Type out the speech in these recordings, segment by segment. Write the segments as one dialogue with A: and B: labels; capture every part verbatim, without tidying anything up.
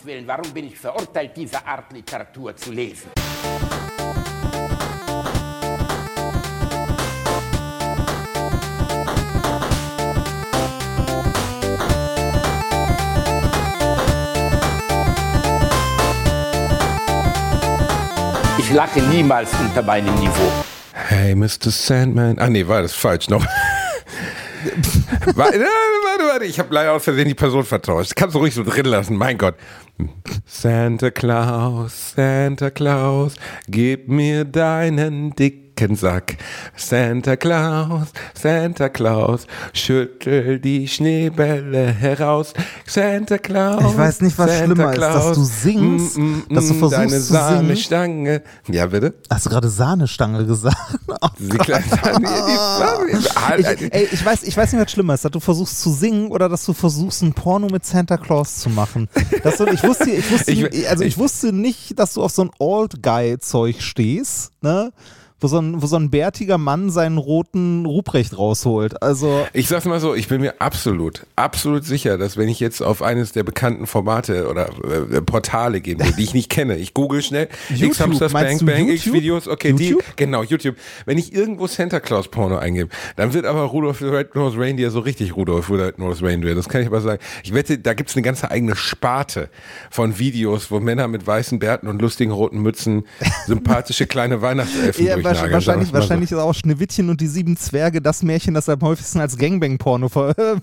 A: Gottes Willen, warum bin ich verurteilt, diese Art Literatur zu lesen? Ich lache niemals unter meinem Niveau.
B: Hey, Mister Sandman. Ah, nee, war das falsch noch. warte, warte, warte. Ich habe leider aus Versehen die Person vertauscht. Ich kann es ruhig so drin lassen, mein Gott. Santa Claus, Santa Claus, gib mir deinen dicken Sack. Santa Claus, Santa Claus, schüttel die Schneebälle heraus. Santa Claus,
C: ich weiß nicht, was
B: Santa
C: schlimmer
B: Claus,
C: ist, dass du singst,
B: mm, mm,
C: dass du versuchst
B: deine
C: zu singen.
B: Sahnestange. Ja, bitte?
C: Hast du gerade Sahnestange gesagt? Oh
B: die kleine Sahne, die, die,
C: ich, ey, ich weiß, ich weiß nicht, was schlimmer ist, dass du versuchst zu singen oder dass du versuchst, ein Porno mit Santa Claus zu machen. Das so, ich wusste, ich wusste, ich, also ich wusste nicht, dass du auf so ein Old-Guy-Zeug stehst, ne? Wo so, ein, wo so ein bärtiger Mann seinen roten Ruprecht rausholt. Also
B: ich sag's mal so, ich bin mir absolut, absolut sicher, dass wenn ich jetzt auf eines der bekannten Formate oder äh, Portale gehen will, die ich nicht kenne, ich google schnell, X-Hamsters, Bang Bang, X-Videos, okay, YouTube? die, genau, YouTube. Wenn ich irgendwo Santa Claus Porno eingebe, dann wird aber Rudolph the Red-Nosed Reindeer so richtig Rudolph the Red-Nosed Reindeer, das kann ich aber sagen. Ich wette, da gibt's eine ganze eigene Sparte von Videos, wo Männer mit weißen Bärten und lustigen roten Mützen sympathische kleine Weihnachtselfen
C: ja,
B: durchnageln.
C: Wahrscheinlich, wahrscheinlich so. Ist auch Schneewittchen und die sieben Zwerge das Märchen, das am häufigsten als Gangbang-Porno äh,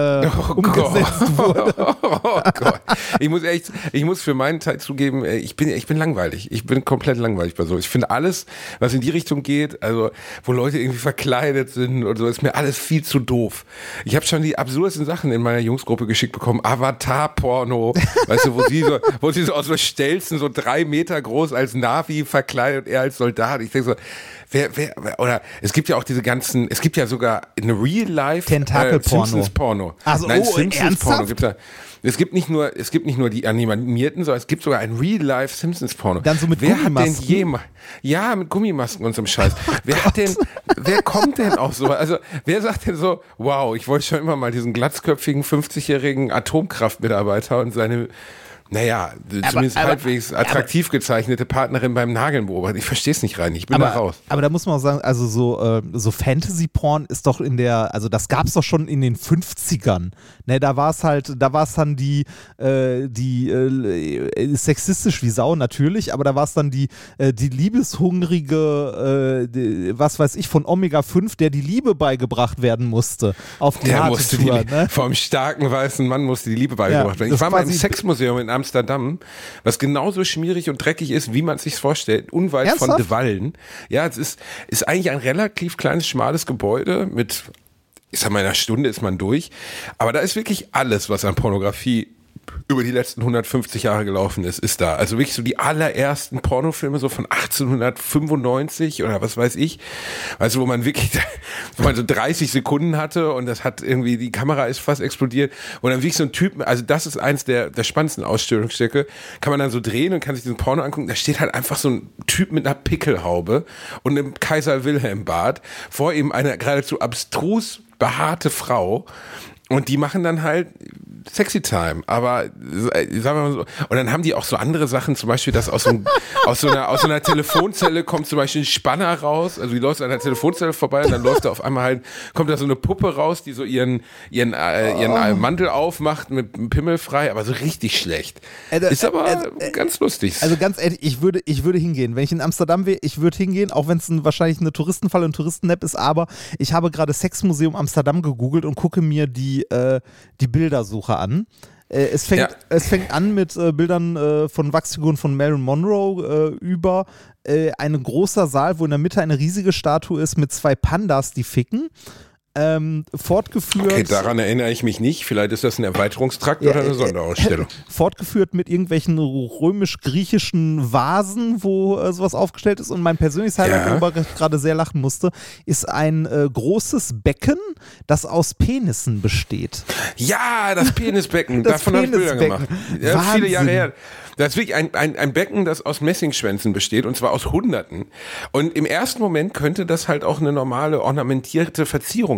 C: oh umgesetzt Gott. wurde.
B: Oh Gott. Ich muss echt, ich muss für meinen Teil zugeben, ich bin, ich bin langweilig. Ich bin komplett langweilig bei so. Ich finde alles, was in die Richtung geht, also wo Leute irgendwie verkleidet sind und so, ist mir alles viel zu doof. Ich habe schon die absurdesten Sachen in meiner Jungsgruppe geschickt bekommen. Avatar-Porno, weißt du, wo sie so, wo sie so aus so Stelzen so drei Meter groß als Navi verkleidet und er als Soldat. Ich denke so, Wer, wer, oder es gibt ja auch diese ganzen, es gibt ja sogar eine Real-Life äh, Simpsons-Porno.
C: Also,
B: Nein,
C: oh,
B: Simpsons-Porno gibt's ja. Es gibt nicht nur, es gibt nicht nur die animierten, sondern es gibt sogar ein Real-Life Simpsons-Porno.
C: Dann so mit
B: wer
C: Gummimasken?
B: Hat denn jemals, ja, mit Gummimasken und so einem Scheiß. Oh wer Gott. hat denn, wer kommt denn auf so, also wer sagt denn so, wow, ich wollte schon immer mal diesen glatzköpfigen fünfzigjährigen Atomkraftmitarbeiter und seine Naja, zumindest aber, halbwegs aber, attraktiv aber, gezeichnete Partnerin beim Nageln beobachten. Ich verstehe es nicht rein, ich bin
C: aber,
B: da raus.
C: Aber da muss man auch sagen, also so, äh, so Fantasy-Porn ist doch in der, also das gab es doch schon in den fünfzigern. Ne, da war es halt, da war es dann die, äh, die äh, sexistisch wie Sau natürlich, aber da war es dann die, äh, die liebeshungrige, äh, die, was weiß ich, von Omega fünf, der die Liebe beigebracht werden musste auf die
B: der
C: harte
B: musste
C: Tour.
B: Die,
C: ne?
B: Vom starken weißen Mann musste die Liebe beigebracht ja, werden. Ich war mal im Sexmuseum in Amsterdam, was genauso schmierig und dreckig ist, wie man es sich vorstellt, unweit Ernsthaft? von De Wallen. Ja, es ist, ist eigentlich ein relativ kleines, schmales Gebäude mit, ich sag mal, in einer Stunde ist man durch, aber da ist wirklich alles, was an Pornografie über die letzten hundertfünfzig Jahre gelaufen ist, ist da. Also wirklich so die allerersten Pornofilme so von achtzehnhundertfünfundneunzig oder was weiß ich. Weißt du, wo man wirklich, wo man so dreißig Sekunden hatte und das hat irgendwie, die Kamera ist fast explodiert und dann wirklich so ein Typ, also das ist eins der, der spannendsten Ausstellungsstücke, kann man dann so drehen und kann sich diesen Porno angucken, da steht halt einfach so ein Typ mit einer Pickelhaube und einem Kaiser-Wilhelm-Bart, vor ihm eine geradezu abstrus behaarte Frau und die machen dann halt Sexy Time, aber sagen wir mal so, und dann haben die auch so andere Sachen, zum Beispiel, dass aus so, ein, aus so, einer, aus so einer Telefonzelle kommt zum Beispiel ein Spanner raus, also die läuft an der Telefonzelle vorbei und dann läuft da auf einmal halt, kommt da so eine Puppe raus, die so ihren, ihren, äh, ihren oh. Mantel aufmacht mit einem Pimmel frei, aber so richtig schlecht. Also, ist aber also, ganz lustig.
C: Also ganz ehrlich, ich würde, ich würde hingehen, wenn ich in Amsterdam wäre, ich würde hingehen, auch wenn es ein, wahrscheinlich eine Touristenfalle und Touristennap ist, aber ich habe gerade Sexmuseum Amsterdam gegoogelt und gucke mir die, äh, die Bildersuche an. Äh, es, fängt, ja. es fängt an mit äh, Bildern äh, von Wachsfiguren von Marilyn Monroe äh, über äh, ein großer Saal, wo in der Mitte eine riesige Statue ist mit zwei Pandas, die ficken. Ähm, fortgeführt.
B: Okay, daran erinnere ich mich nicht. Vielleicht ist das ein Erweiterungstrakt ja, oder eine Sonderausstellung.
C: Äh, fortgeführt mit irgendwelchen römisch-griechischen Vasen, wo äh, sowas aufgestellt ist. Und mein persönliches Highlight, ja. worüber ich gerade sehr lachen musste, ist ein äh, großes Becken, das aus Penissen besteht.
B: Ja, das Penisbecken. Das Davon habe ich Bilder gemacht. Ja, viele Jahre her. Das ist wirklich ein, ein, ein Becken, das aus Messingschwänzen besteht, und zwar aus Hunderten. Und im ersten Moment könnte das halt auch eine normale ornamentierte Verzierung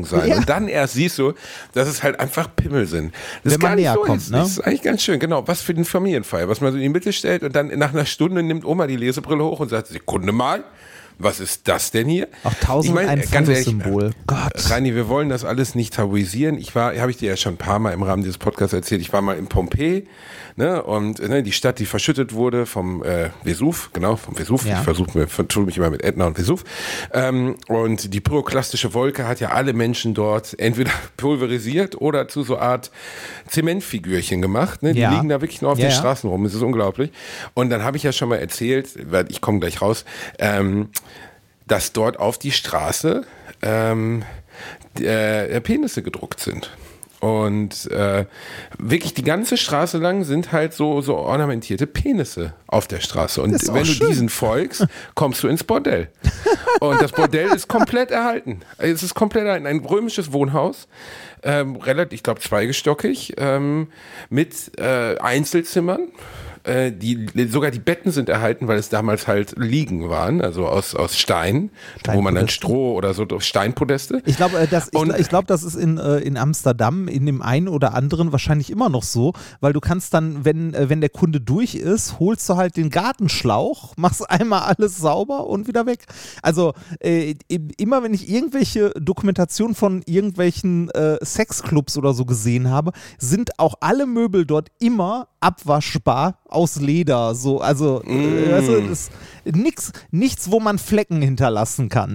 B: Wohnung sein. Ja. Und dann erst siehst du, dass es halt einfach Pimmel sind. Das
C: Wenn man näher
B: so
C: kommt,
B: ist.
C: ne?
B: Das ist eigentlich ganz schön, genau. Was für den Familienfeier, was man so in die Mitte stellt und dann nach einer Stunde nimmt Oma die Lesebrille hoch und sagt, Sekunde mal, was ist das denn hier?
C: Auch tausend
B: ich mein,
C: ein Symbol.
B: Gott. Reini, wir wollen das alles nicht tabuisieren. Ich war, habe ich dir ja schon ein paar Mal im Rahmen dieses Podcasts erzählt, ich war mal in Pompeji, ne, und ne, die Stadt, die verschüttet wurde vom äh, Vesuv, genau, vom Vesuv. Ja. Ich versuche mir, vertue mich immer mit Ätna und Vesuv. Ähm, und die pyroklastische Wolke hat ja alle Menschen dort entweder pulverisiert oder zu so Art Zementfigürchen gemacht. Ne? Die ja. liegen da wirklich nur auf ja, den ja. Straßen rum. Das ist unglaublich. Und dann habe ich ja schon mal erzählt, weil ich komme gleich raus, ähm, dass dort auf die Straße ähm, äh, Penisse gedruckt sind. Und äh, wirklich die ganze Straße lang sind halt so, so ornamentierte Penisse auf der Straße. Und wenn du schön. diesen folgst, kommst du ins Bordell. Und das Bordell ist komplett erhalten. Es ist komplett erhalten. Ein römisches Wohnhaus, ähm, relativ, ich glaube zweigestockig, ähm, mit äh, Einzelzimmern. Die, sogar die Betten sind erhalten, weil es damals halt Liegen waren, also aus, aus Stein, wo man dann Stroh oder so, Steinpodeste.
C: Ich glaube, das, ich, ich glaub, das ist in, in Amsterdam in dem einen oder anderen wahrscheinlich immer noch so, weil du kannst dann, wenn, wenn der Kunde durch ist, holst du halt den Gartenschlauch, machst einmal alles sauber und wieder weg. Also äh, immer wenn ich irgendwelche Dokumentationen von irgendwelchen äh, Sexclubs oder so gesehen habe, sind auch alle Möbel dort immer abwaschbar aus Leder, so, also mm. also, das, nix, nichts, wo man Flecken hinterlassen kann.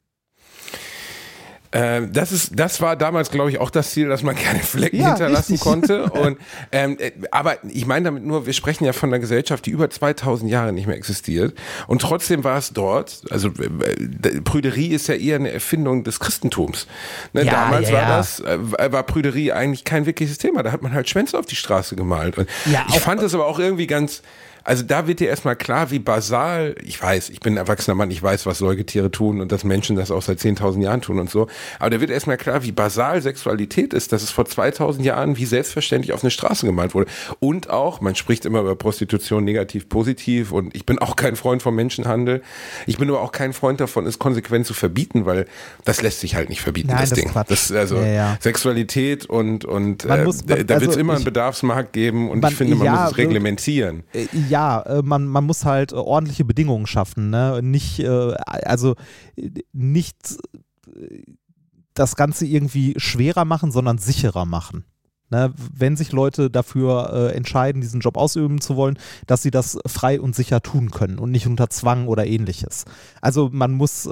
B: Ähm, das ist, das war damals, glaube ich, auch das Ziel, dass man keine Flecken ja, hinterlassen richtig. konnte. Und, ähm, aber ich meine damit nur, wir sprechen ja von einer Gesellschaft, die über zweitausend Jahre nicht mehr existiert. Und trotzdem war es dort, also äh, Prüderie ist ja eher eine Erfindung des Christentums. Ne, ja, damals ja, war ja. das, äh, war Prüderie eigentlich kein wirkliches Thema. Da hat man halt Schwänze auf die Straße gemalt. Und ja, ich fand es aber auch irgendwie ganz... Also da wird dir erstmal klar, wie basal, ich weiß, ich bin ein erwachsener Mann, ich weiß, was Säugetiere tun und dass Menschen das auch seit zehntausend Jahren tun und so, aber da wird erstmal klar, wie basal Sexualität ist, dass es vor zweitausend Jahren wie selbstverständlich auf eine Straße gemalt wurde. Und auch, man spricht immer über Prostitution negativ, positiv und ich bin auch kein Freund vom Menschenhandel. Ich bin aber auch kein Freund davon, es konsequent zu verbieten, weil das lässt sich halt nicht verbieten, Nein, das, das Ding. Quatsch. Das, also ja, ja. Sexualität und, und äh, muss, man, da wird es also immer ich, einen Bedarfsmarkt geben und man, ich finde, man ja, muss es reglementieren.
C: Ja, Ja, man, man muss halt ordentliche Bedingungen schaffen, ne? Nicht, also nicht das Ganze irgendwie schwerer machen, sondern sicherer machen. Ne? Wenn sich Leute dafür entscheiden, diesen Job ausüben zu wollen, dass sie das frei und sicher tun können und nicht unter Zwang oder ähnliches. Also man muss,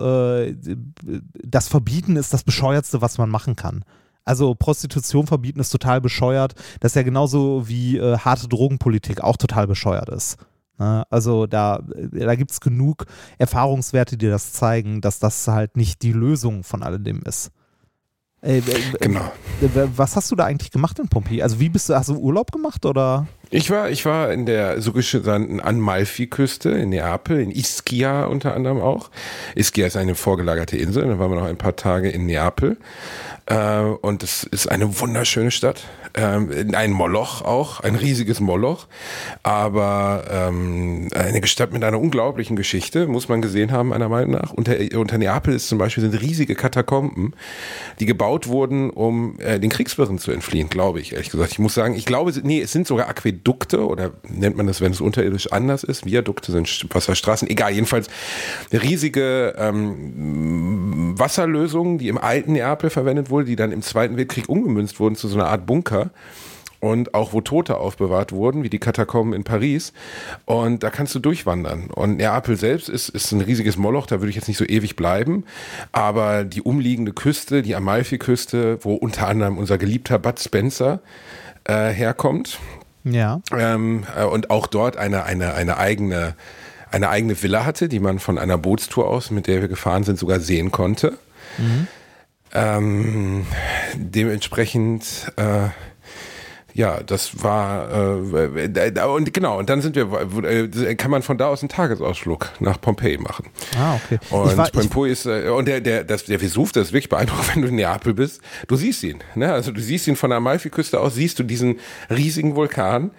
C: das Verbieten ist das Bescheuertste, was man machen kann. Also Prostitution verbieten ist total bescheuert. Das ist ja genauso wie äh, harte Drogenpolitik auch total bescheuert ist. Ne? Also da, da gibt es genug Erfahrungswerte, die das zeigen, dass das halt nicht die Lösung von alledem ist. Äh, äh,
B: genau.
C: Äh, was hast du da eigentlich gemacht in Pompeji? Also wie bist du, hast du Urlaub gemacht oder?
B: Ich war, ich war in der so genannten Amalfiküste in Neapel, in Ischia unter anderem auch. Ischia ist eine vorgelagerte Insel, da waren wir noch ein paar Tage in Neapel. Äh, und es ist eine wunderschöne Stadt. Ähm, ein Moloch auch, ein riesiges Moloch. Aber ähm, eine Stadt mit einer unglaublichen Geschichte, muss man gesehen haben, meiner Meinung nach. Unter, unter Neapel ist zum Beispiel sind riesige Katakomben, die gebaut wurden, um äh, den Kriegswirren zu entfliehen, glaube ich, ehrlich gesagt. Ich muss sagen, ich glaube, nee, es sind sogar Aquädukte, oder nennt man das, wenn es unterirdisch anders ist. Viadukte sind Wasserstraßen. Egal, jedenfalls riesige ähm, Wasserlösungen, die im alten Neapel verwendet wurden, die dann im Zweiten Weltkrieg umgemünzt wurden zu so einer Art Bunker und auch wo Tote aufbewahrt wurden, wie die Katakomben in Paris, und da kannst du durchwandern. Und Neapel selbst ist, ist ein riesiges Moloch, da würde ich jetzt nicht so ewig bleiben, aber die umliegende Küste, die Amalfiküste, wo unter anderem unser geliebter Bud Spencer äh, herkommt, ja. ähm, äh, und auch dort eine, eine, eine eigene eine eigene Villa hatte, die man von einer Bootstour aus, mit der wir gefahren sind, sogar sehen konnte. Mhm. Ähm, dementsprechend, äh, ja, das war, äh, und genau, und dann sind wir, äh, kann man von da aus einen Tagesausflug nach Pompeji machen.
C: Ah, okay.
B: Und war, Pompeji ist, äh, und der, der, das, der Vesuv, das ist wirklich beeindruckend, wenn du in Neapel bist. Du siehst ihn, ne? Also du siehst ihn von der Amalfiküste aus, siehst du diesen riesigen Vulkan,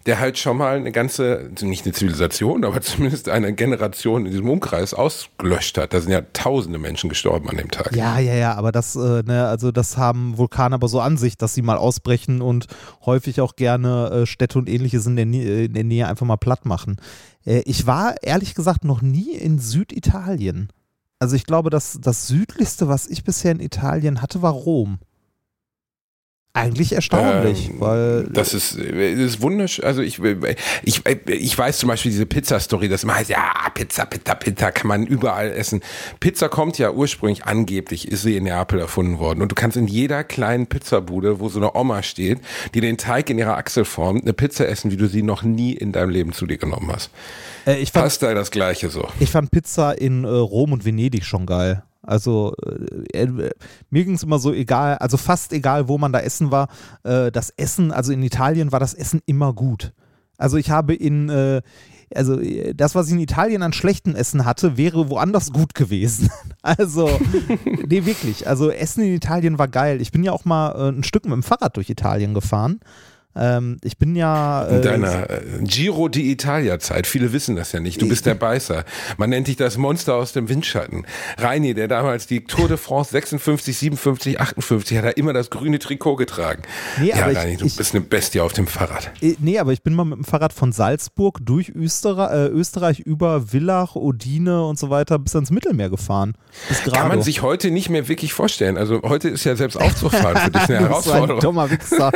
B: der halt schon mal eine ganze, nicht eine Zivilisation, aber zumindest eine Generation in diesem Umkreis ausgelöscht hat. Da sind ja tausende Menschen gestorben an dem Tag.
C: Ja, ja, ja, aber das, äh, ne, also das haben Vulkane aber so an sich, dass sie mal ausbrechen und häufig auch gerne äh, Städte und ähnliches in der, Nä- in der Nähe einfach mal platt machen. Äh, ich war ehrlich gesagt noch nie in Süditalien. Also ich glaube, das, das südlichste, was ich bisher in Italien hatte, war Rom. Eigentlich erstaunlich,
B: ähm,
C: weil...
B: Das ist, das ist wunderschön. Also ich, ich, ich weiß zum Beispiel diese Pizza-Story, das immer heißt, ja, Pizza, Pizza, Pizza kann man überall essen. Pizza kommt ja ursprünglich, angeblich ist sie in Neapel erfunden worden. Und du kannst in jeder kleinen Pizzabude, wo so eine Oma steht, die den Teig in ihrer Achsel formt, eine Pizza essen, wie du sie noch nie in deinem Leben zu dir genommen hast. Äh, ich fand, Pasta das Gleiche so.
C: Ich fand Pizza in äh, Rom und Venedig schon geil. Also äh, mir ging es immer so egal, also fast egal, wo man da essen war, äh, das Essen, also in Italien war das Essen immer gut. Also ich habe in, äh, also das, was ich in Italien an schlechtem Essen hatte, wäre woanders gut gewesen. Also, nee, wirklich, also Essen in Italien war geil. Ich bin ja auch mal äh, ein Stück mit dem Fahrrad durch Italien gefahren. Ähm, ich bin ja...
B: Äh, in deiner äh, Giro d'Italia-Zeit, viele wissen das ja nicht, du bist der Beißer. Man nennt dich das Monster aus dem Windschatten. Reini, der damals die Tour de France sechsundfünfzig, siebenundfünfzig, achtundfünfzig, hat er immer das grüne Trikot getragen. Nee, ja, aber Reini, ich, du ich, bist eine Bestie auf dem Fahrrad.
C: Nee, aber ich bin mal mit dem Fahrrad von Salzburg durch Österreich, äh, Österreich über Villach, Udine und so weiter bis ans Mittelmeer gefahren. Bis
B: Kann man sich heute nicht mehr wirklich vorstellen. Also heute ist ja selbst Aufzugfahren für dich eine
C: du
B: Herausforderung.
C: Bist ein dummer Wichser.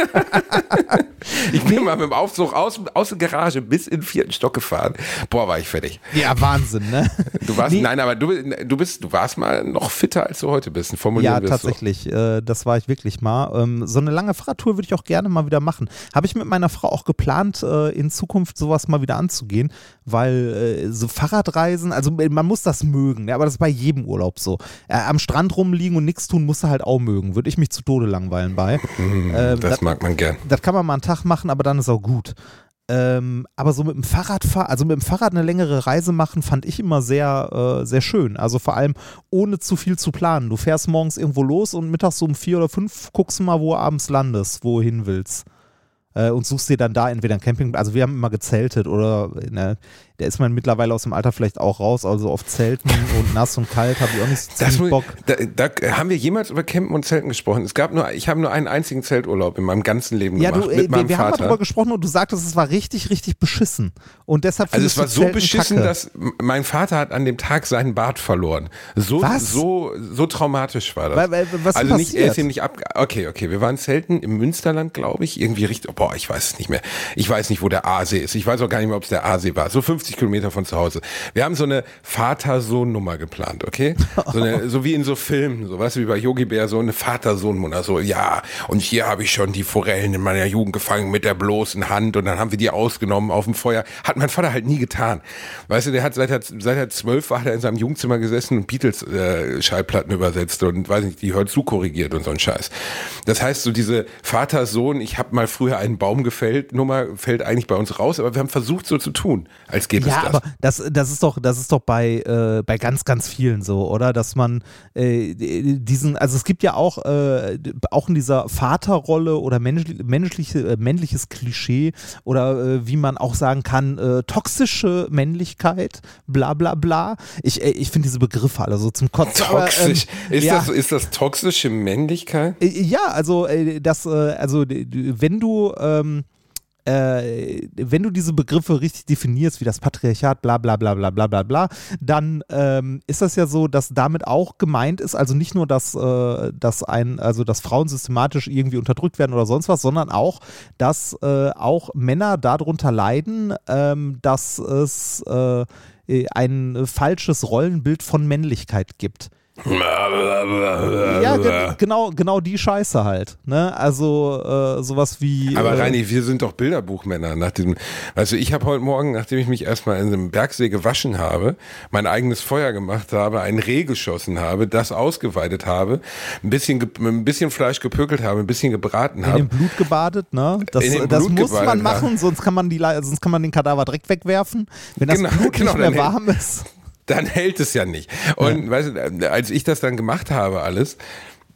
B: Ich bin mal mit dem Aufzug aus, aus der Garage bis in den vierten Stock gefahren. Boah, war ich fertig.
C: Ja, Wahnsinn, ne?
B: Du warst, nee. Nein, aber du, du bist, du warst mal noch fitter, als du heute bist. Formulieren
C: ja, tatsächlich. So. Äh, das war ich wirklich mal. Ähm, so eine lange Fahrradtour würde ich auch gerne mal wieder machen. Habe ich mit meiner Frau auch geplant, äh, in Zukunft sowas mal wieder anzugehen, weil äh, so Fahrradreisen, also man muss das mögen, ne? Aber das ist bei jedem Urlaub so. Äh, am Strand rumliegen und nichts tun, musst du halt auch mögen. Würde ich mich zu Tode langweilen bei.
B: Mm, äh, das, das mag man gern.
C: Das kann man mal einen Tag machen, aber dann ist auch gut. Ähm, aber so mit dem Fahrradfahren, also mit dem Fahrrad eine längere Reise machen, fand ich immer sehr, äh, sehr schön. Also vor allem ohne zu viel zu planen. Du fährst morgens irgendwo los und mittags so um vier oder fünf guckst du mal, wo du abends landest, wo du hin willst. Äh, und suchst dir dann da entweder ein Camping, also wir haben immer gezeltet oder, ne, der ist man mittlerweile aus dem Alter vielleicht auch raus, also auf Zelten und nass und kalt habe ich auch nicht so ziemlich
B: das,
C: Bock.
B: Da, da haben wir jemals über Campen und Zelten gesprochen. Es gab nur, ich habe nur einen einzigen Zelturlaub in meinem ganzen Leben
C: ja,
B: gemacht
C: du, äh,
B: mit meinem
C: wir
B: Vater.
C: haben darüber gesprochen und du sagtest, es war richtig, richtig beschissen. Und deshalb
B: also es war so
C: Zelten
B: beschissen,
C: Kacke.
B: dass mein Vater hat an dem Tag seinen Bart verloren. So,
C: was?
B: so, so traumatisch war das.
C: Weil, weil, was
B: also
C: passiert?
B: nicht, er ist ihm nicht ab. Okay, okay, wir waren Zelten im Münsterland, glaube ich, irgendwie richtig. Boah, ich weiß es nicht mehr. Ich weiß nicht, wo der Aasee ist. Ich weiß auch gar nicht mehr, ob es der Aasee war. So fünfzig Kilometer von zu Hause. Wir haben so eine Vater-Sohn-Nummer geplant, okay? So, eine, so wie in so Filmen, so weißt du, wie bei Yogi Bär, so eine Vater-Sohn-Nummer. So, ja, und hier habe ich schon die Forellen in meiner Jugend gefangen mit der bloßen Hand und dann haben wir die ausgenommen auf dem Feuer. Hat mein Vater halt nie getan. Weißt du, der hat seit er, seit er zwölf war, hat er in seinem Jugendzimmer gesessen und Beatles-Schallplatten äh, übersetzt und weiß nicht, die hört zu korrigiert und so ein Scheiß. Das heißt, so diese Vater-Sohn, ich habe mal früher einen Baum gefällt, Nummer fällt eigentlich bei uns raus, aber wir haben versucht, so zu tun, als gäbe
C: ja,
B: es das.
C: Aber das, das ist doch, das ist doch bei, äh, bei ganz, ganz vielen so, oder? Dass man äh, diesen, also es gibt ja auch, äh, auch in dieser Vaterrolle oder menschlich, menschliche, äh, männliches Klischee oder äh, wie man auch sagen kann, äh, toxische Männlichkeit, bla bla bla. Ich, äh, ich finde diese Begriffe alle so zum Kotzen.
B: Toxisch.
C: Aber, ähm,
B: ist,
C: ja.
B: das, ist das toxische Männlichkeit?
C: Äh, ja, also äh, das, äh, also wenn du ähm, Äh, wenn du diese Begriffe richtig definierst, wie das Patriarchat, bla bla bla bla bla bla bla, dann ähm, ist das ja so, dass damit auch gemeint ist, also nicht nur, dass, äh, dass ein, also dass Frauen systematisch irgendwie unterdrückt werden oder sonst was, sondern auch, dass äh, auch Männer darunter leiden, ähm, dass es äh, ein falsches Rollenbild von Männlichkeit gibt. Ja, ge- genau, genau die Scheiße halt. Ne? Also äh, sowas wie.
B: Aber
C: äh,
B: Reini, wir sind doch Bilderbuchmänner. Nach diesem, also ich habe heute Morgen, nachdem ich mich erstmal in einem Bergsee gewaschen habe, mein eigenes Feuer gemacht habe, ein Reh geschossen habe, das ausgeweidet habe, ein bisschen, ge- ein bisschen Fleisch gepökelt habe, ein bisschen gebraten habe.
C: In dem Blut gebadet, ne? Das,
B: In dem
C: das
B: Blut
C: muss man
B: gebadet,
C: machen,
B: ja.
C: sonst kann man die, sonst kann man den Kadaver direkt wegwerfen, wenn das
B: Genau,
C: Blut
B: genau,
C: nicht mehr
B: dann-
C: warm ist.
B: Dann hält es ja nicht. Und ja. Weißt du, als ich das dann gemacht habe alles,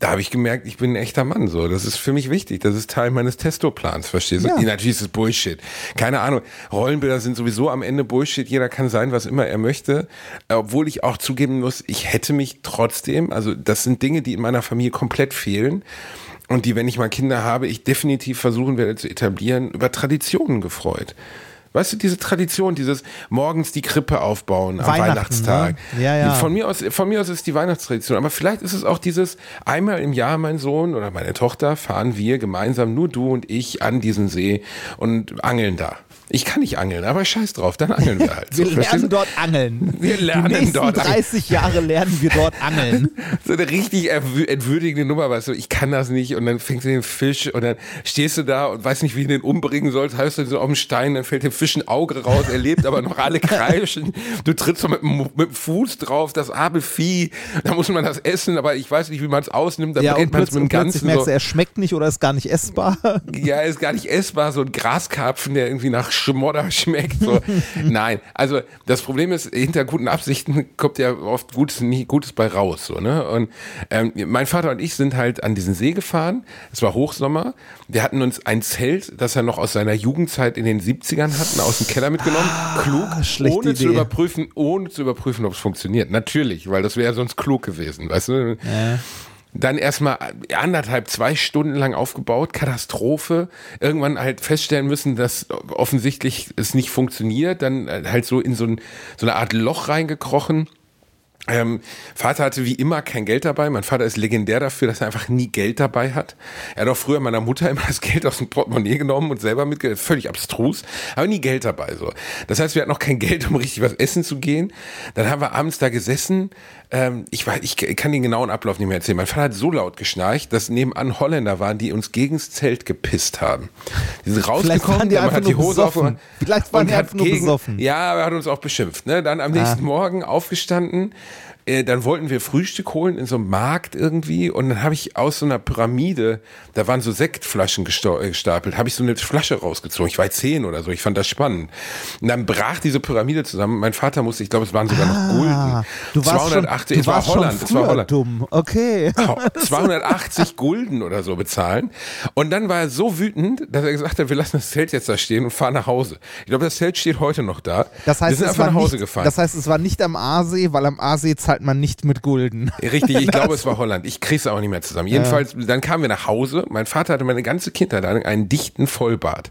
B: da habe ich gemerkt, ich bin ein echter Mann. So, das ist für mich wichtig. Das ist Teil meines Testoplans, verstehst du? Ja. Natürlich ist es Bullshit. Keine Ahnung. Rollenbilder sind sowieso am Ende Bullshit. Jeder kann sein, was immer er möchte. Obwohl ich auch zugeben muss, ich hätte mich trotzdem, also das sind Dinge, die in meiner Familie komplett fehlen und die, wenn ich mal Kinder habe, ich definitiv versuchen werde zu etablieren, über Traditionen gefreut. Weißt du, diese Tradition, dieses morgens die Krippe aufbauen am Weihnachtstag.
C: Ne? Ja, ja.
B: Von mir aus, von mir aus ist es die Weihnachtstradition. Aber vielleicht ist es auch dieses, einmal im Jahr, mein Sohn oder meine Tochter, fahren wir gemeinsam, nur du und ich, an diesen See und angeln da. Ich kann nicht angeln, aber scheiß drauf, dann angeln wir halt.
C: Wir
B: so,
C: lernen dort angeln.
B: Wir lernen
C: Die nächsten
B: dort
C: dreißig Jahre lernen wir dort angeln.
B: So eine richtig entwürdigende Nummer, weißt du, ich kann das nicht und dann fängst du den Fisch und dann stehst du da und weißt nicht, wie du den umbringen sollst, heißt du so auf dem Stein, dann fällt dem Fisch ein Auge raus, er lebt aber noch alle kreischen, du trittst so mit, mit dem Fuß drauf, das arme Vieh, da muss man das essen, aber ich weiß nicht, wie man es ausnimmt, dann
C: ja,
B: brennt man es mit dem Ganzen.
C: Merkst
B: so.
C: du, er schmeckt nicht oder ist gar nicht essbar.
B: Ja, er ist gar nicht essbar, so ein Graskarpfen, der irgendwie nach Schmodder schmeckt. So. Nein, also das Problem ist, hinter guten Absichten kommt ja oft Gutes, nicht Gutes bei raus. So, ne? Und ähm, mein Vater und ich sind halt an diesen See gefahren, es war Hochsommer, wir hatten uns ein Zelt, das er noch aus seiner Jugendzeit in den siebzigern hatten, aus dem Keller mitgenommen, klug,
C: Schlechte
B: ohne
C: Idee.
B: zu überprüfen, ohne zu überprüfen, ob es funktioniert. Natürlich, weil das wäre sonst klug gewesen, weißt du?
C: Ja.
B: Dann erstmal anderthalb, zwei Stunden lang aufgebaut, Katastrophe. Irgendwann halt feststellen müssen, dass offensichtlich es nicht funktioniert. Dann halt so in so, ein, so eine Art Loch reingekrochen. Ähm, Vater hatte wie immer kein Geld dabei. Mein Vater ist legendär dafür, dass er einfach nie Geld dabei hat. Er hat auch früher meiner Mutter immer das Geld aus dem Portemonnaie genommen und selber mitgegeben. Völlig abstrus, aber nie Geld dabei. So. Das heißt, wir hatten noch kein Geld, um richtig was essen zu gehen. Dann haben wir abends da gesessen. Ähm, ich, weiß, ich kann den genauen Ablauf nicht mehr erzählen. Mein Vater hat so laut geschnarcht, dass nebenan Holländer waren, die uns gegens Zelt gepisst haben. Die sind rausgekommen,
C: die
B: man hat die Hose aufgemacht.
C: Vielleicht waren die einfach nur
B: gegen,
C: besoffen.
B: Ja, aber er hat uns auch beschimpft. Ne? Dann am nächsten ah. Morgen aufgestanden. Äh, dann wollten wir Frühstück holen in so einem Markt irgendwie und dann habe ich aus so einer Pyramide, da waren so Sektflaschen gestapelt, habe ich so eine Flasche rausgezogen. Ich war zehn oder so, ich fand das spannend. Und dann brach diese Pyramide zusammen. Mein Vater musste, ich glaube, es waren sogar
C: ah,
B: noch Gulden.
C: Du warst
B: zweihundertachtzig,
C: schon, du
B: es war
C: warst
B: Holland,
C: schon
B: es war Holland.
C: Dumm. Okay.
B: zweihundertachtzig Gulden oder so bezahlen. Und dann war er so wütend, dass er gesagt hat, wir lassen das Zelt jetzt da stehen und fahren nach Hause. Ich glaube, das Zelt steht heute noch da.
C: Das heißt,
B: wir sind
C: es
B: einfach
C: war
B: nach Hause
C: nicht,
B: gefahren.
C: Das heißt, es war nicht am Aasee, weil am Aasee zahlt man nicht mit Gulden.
B: Richtig, ich glaube, es war Holland. Ich krieg's auch nicht mehr zusammen. Jedenfalls, ja. Dann kamen wir nach Hause. Mein Vater hatte meine ganze Kindheit einen dichten Vollbart.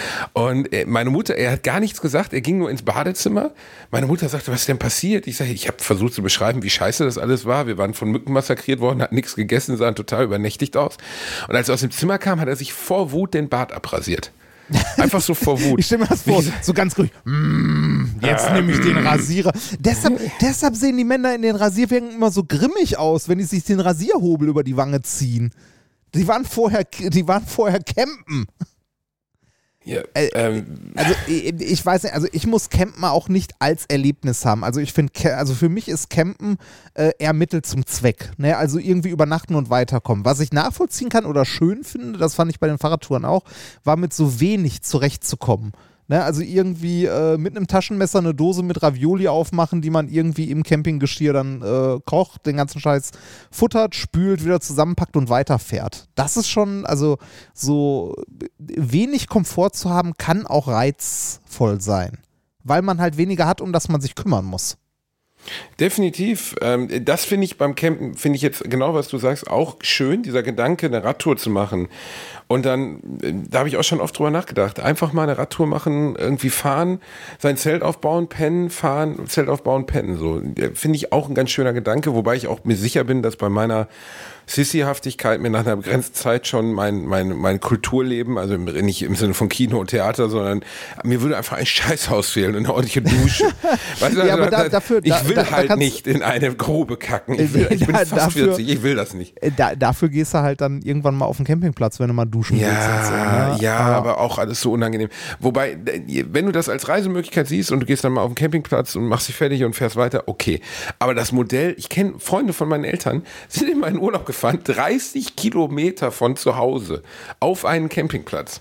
B: Und meine Mutter, er hat gar nichts gesagt. Er ging nur ins Badezimmer. Meine Mutter sagte, was ist denn passiert? Ich sage, ich habe versucht zu beschreiben, wie scheiße das alles war. Wir waren von Mücken massakriert worden, hatten nichts gegessen, sahen total übernächtigt aus. Und als er aus dem Zimmer kam, hat er sich vor Wut den Bart abrasiert. Einfach so vor Wut.
C: Ich stelle mir das vor, so ganz ruhig, mm, jetzt nehme ich den Rasierer. Deshalb, deshalb sehen die Männer in den Rasierwerken immer so grimmig aus, wenn die sich den Rasierhobel über die Wange ziehen. Die waren vorher, die waren vorher campen.
B: Ja, ähm.
C: Also ich weiß nicht, also ich muss Campen auch nicht als Erlebnis haben. Also ich finde, also für mich ist Campen äh, eher Mittel zum Zweck. Ne? Also irgendwie übernachten und weiterkommen. Was ich nachvollziehen kann oder schön finde, das fand ich bei den Fahrradtouren auch, war mit so wenig zurechtzukommen. Ne, also irgendwie äh, mit einem Taschenmesser eine Dose mit Ravioli aufmachen, die man irgendwie im Campinggeschirr dann äh, kocht, den ganzen Scheiß futtert, spült, wieder zusammenpackt und weiterfährt. Das ist schon, also so wenig Komfort zu haben, kann auch reizvoll sein, weil man halt weniger hat, um das man sich kümmern muss.
B: Definitiv. Ähm, das finde ich beim Campen, finde ich jetzt genau, was du sagst, auch schön, dieser Gedanke, eine Radtour zu machen. Und dann, da habe ich auch schon oft drüber nachgedacht, einfach mal eine Radtour machen, irgendwie fahren, sein Zelt aufbauen, pennen, fahren, Zelt aufbauen, pennen. So, finde ich auch ein ganz schöner Gedanke, wobei ich auch mir sicher bin, dass bei meiner Sissy-Haftigkeit mir nach einer begrenzten Zeit schon mein, mein, mein Kulturleben, also nicht im Sinne von Kino und Theater, sondern mir würde einfach ein Scheißhaus fehlen und eine ordentliche Dusche. Weißt du,
C: ja,
B: also,
C: aber da, dafür,
B: ich
C: da,
B: will
C: da,
B: halt
C: da
B: nicht in eine Grube kacken. Ich, will, ich bin
C: da,
B: fast
C: dafür,
B: vierzig, ich will das nicht.
C: Da, dafür gehst du halt dann irgendwann mal auf den Campingplatz, wenn du mal duschen
B: ja,
C: willst. Und so, ne?
B: Ja,
C: aber,
B: aber auch alles so unangenehm. Wobei, wenn du das als Reisemöglichkeit siehst und du gehst dann mal auf den Campingplatz und machst dich fertig und fährst weiter, okay. Aber das Modell, ich kenne Freunde von meinen Eltern, sind in meinen Urlaub gefahren, dreißig Kilometer von zu Hause auf einen Campingplatz.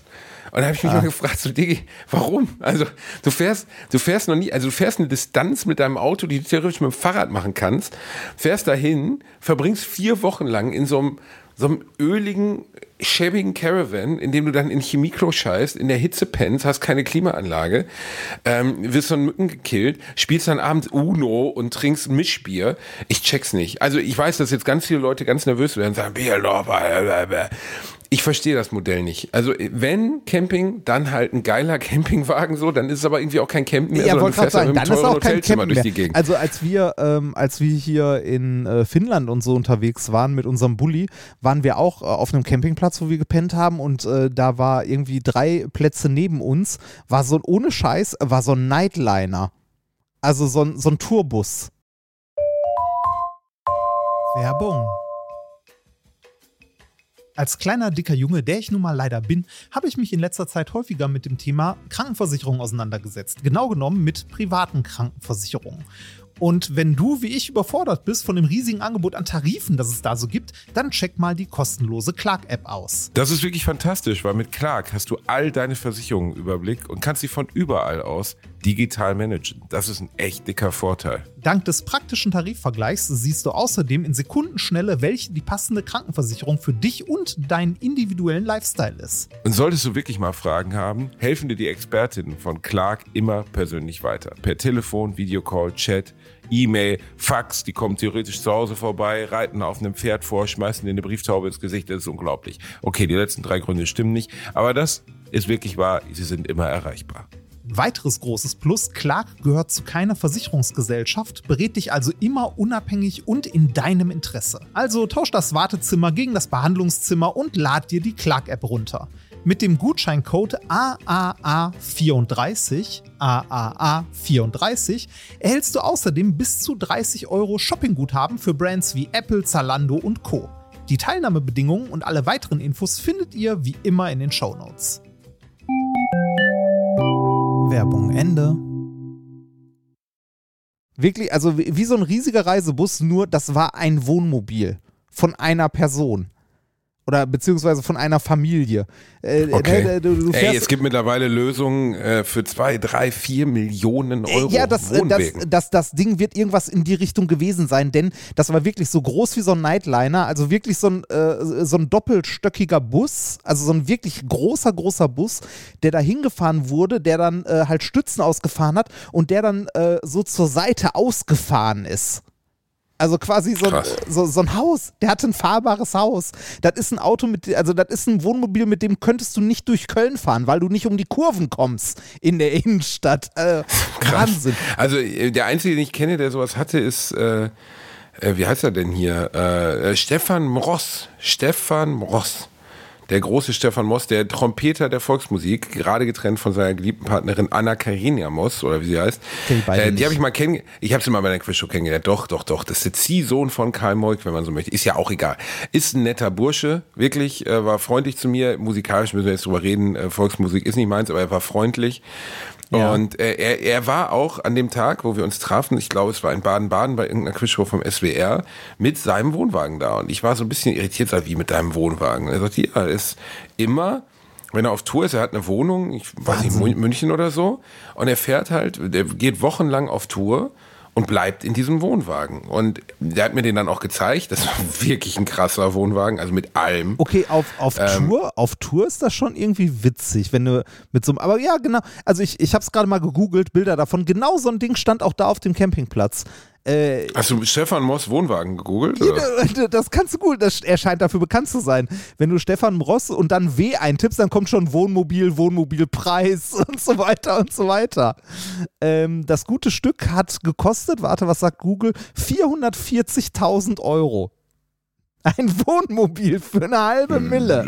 B: Und da habe ich mich ah. mal gefragt, so Digi, warum? Also du fährst, du fährst noch nie, also du fährst eine Distanz mit deinem Auto, die du theoretisch mit dem Fahrrad machen kannst, fährst dahin, verbringst vier Wochen lang in so einem, so einem öligen, schäbigen Caravan, in dem du dann in Chemieklo scheißt, in der Hitze pennst, hast keine Klimaanlage, ähm, wirst von Mücken gekillt, spielst dann abends Uno und trinkst Mischbier. Ich check's nicht. Also ich weiß, dass jetzt ganz viele Leute ganz nervös werden und sagen, Bier, blablabla. Ich verstehe das Modell nicht. Also wenn Camping, dann halt ein geiler Campingwagen so, dann ist es aber irgendwie auch kein Campen mehr,
C: ja,
B: sondern du fährst
C: sagen,
B: dann mit einem teuren Hotelzimmer durch die Gegend.
C: Also als wir, ähm, als wir hier in äh, Finnland und so unterwegs waren mit unserem Bulli, waren wir auch äh, auf einem Campingplatz, wo wir gepennt haben und äh, da war irgendwie drei Plätze neben uns, war so, ohne Scheiß, war so ein Nightliner. Also so ein, so ein Tourbus. Werbung. Als kleiner, dicker Junge, der ich nun mal leider bin, habe ich mich in letzter Zeit häufiger mit dem Thema Krankenversicherung auseinandergesetzt. Genau genommen mit privaten Krankenversicherungen. Und wenn du, wie ich, überfordert bist von dem riesigen Angebot an Tarifen, das es da so gibt, dann check mal die kostenlose Clark-App aus.
B: Das ist wirklich fantastisch, weil mit Clark hast du all deine Versicherungen im Überblick und kannst sie von überall aus digital managen. Das ist ein echt dicker Vorteil.
C: Dank des praktischen Tarifvergleichs siehst du außerdem in Sekundenschnelle, welche die passende Krankenversicherung für dich und deinen individuellen Lifestyle ist.
B: Und solltest du wirklich mal Fragen haben, helfen dir die Expertinnen von Clark immer persönlich weiter. Per Telefon, Videocall, Chat, E-Mail, Fax, die kommen theoretisch zu Hause vorbei, reiten auf einem Pferd vor, schmeißen dir eine Brieftaube ins Gesicht, das ist unglaublich. Okay, die letzten drei Gründe stimmen nicht, aber das ist wirklich wahr, sie sind immer erreichbar.
C: Weiteres großes Plus, Clark gehört zu keiner Versicherungsgesellschaft, berät dich also immer unabhängig und in deinem Interesse. Also tausch das Wartezimmer gegen das Behandlungszimmer und lad dir die Clark-App runter. Mit dem Gutscheincode A A A vierunddreißig, A A A vierunddreißig, erhältst du außerdem bis zu dreißig Euro Shoppingguthaben für Brands wie Apple, Zalando und Co. Die Teilnahmebedingungen und alle weiteren Infos findet ihr wie immer in den Shownotes. Werbung Ende. Wirklich, also wie so ein riesiger Reisebus, nur das war ein Wohnmobil von einer Person. Oder beziehungsweise von einer Familie. Äh,
B: okay.
C: ne, du, du
B: Ey, es gibt mittlerweile Lösungen äh, für zwei, drei, vier Millionen Euro.
C: Ja, das, das, das, das Ding wird irgendwas in die Richtung gewesen sein, denn das war wirklich so groß wie so ein Nightliner, also wirklich so ein, äh, so ein doppelstöckiger Bus, also so ein wirklich großer, großer Bus, der da hingefahren wurde, der dann äh, halt Stützen ausgefahren hat und der dann äh, so zur Seite ausgefahren ist. Also quasi so ein, so, so ein Haus, der hatte ein fahrbares Haus. Das ist ein Auto mit, also das ist ein Wohnmobil, mit dem könntest du nicht durch Köln fahren, weil du nicht um die Kurven kommst in der Innenstadt. Äh, Wahnsinn.
B: Also der Einzige, den ich kenne, der sowas hatte, ist, äh, äh, wie heißt er denn hier? Äh, Stefan Mross. Stefan Mross. Der große Stefan Moss, der Trompeter der Volksmusik, gerade getrennt von seiner geliebten Partnerin Anna Karina Moss, oder wie sie heißt. Äh, die habe ich mal kennengelernt. Ich habe sie mal bei der Quizshow kennengelernt. Doch, doch, doch. Das ist der Ziehsohn von Karl Moik, wenn man so möchte. Ist ja auch egal. Ist ein netter Bursche, wirklich. Äh, war freundlich zu mir. Musikalisch müssen wir jetzt drüber reden. Äh, Volksmusik ist nicht meins, aber er war freundlich. Ja. Und äh, er, er war auch an dem Tag, wo wir uns trafen, ich glaube, es war in Baden-Baden bei irgendeiner Quizshow vom S W R, mit seinem Wohnwagen da. Und ich war so ein bisschen irritiert, sag, wie mit deinem Wohnwagen. Er sagt, ja, er ist immer, wenn er auf Tour ist, er hat eine Wohnung, ich weiß nicht, München oder so, und er fährt halt, der geht wochenlang auf Tour und bleibt in diesem Wohnwagen. Und der hat mir den dann auch gezeigt. Das war wirklich ein krasser Wohnwagen, also mit allem.
C: Okay, auf, auf ähm, Tour, auf Tour ist das schon irgendwie witzig, wenn du mit so einem, aber ja, genau, also ich, ich habe es gerade mal gegoogelt, Bilder davon, genau so ein Ding stand auch da auf dem Campingplatz. Äh,
B: Hast du Stefan Moss Wohnwagen gegoogelt?
C: Oder? Das kannst du gut, das, er scheint dafür bekannt zu sein. Wenn du Stefan Moss und dann W eintippst, dann kommt schon Wohnmobil, Wohnmobilpreis und so weiter und so weiter. Ähm, das gute Stück hat gekostet, warte, was sagt Google? vierhundertvierzigtausend Euro. Ein Wohnmobil für eine halbe Mille.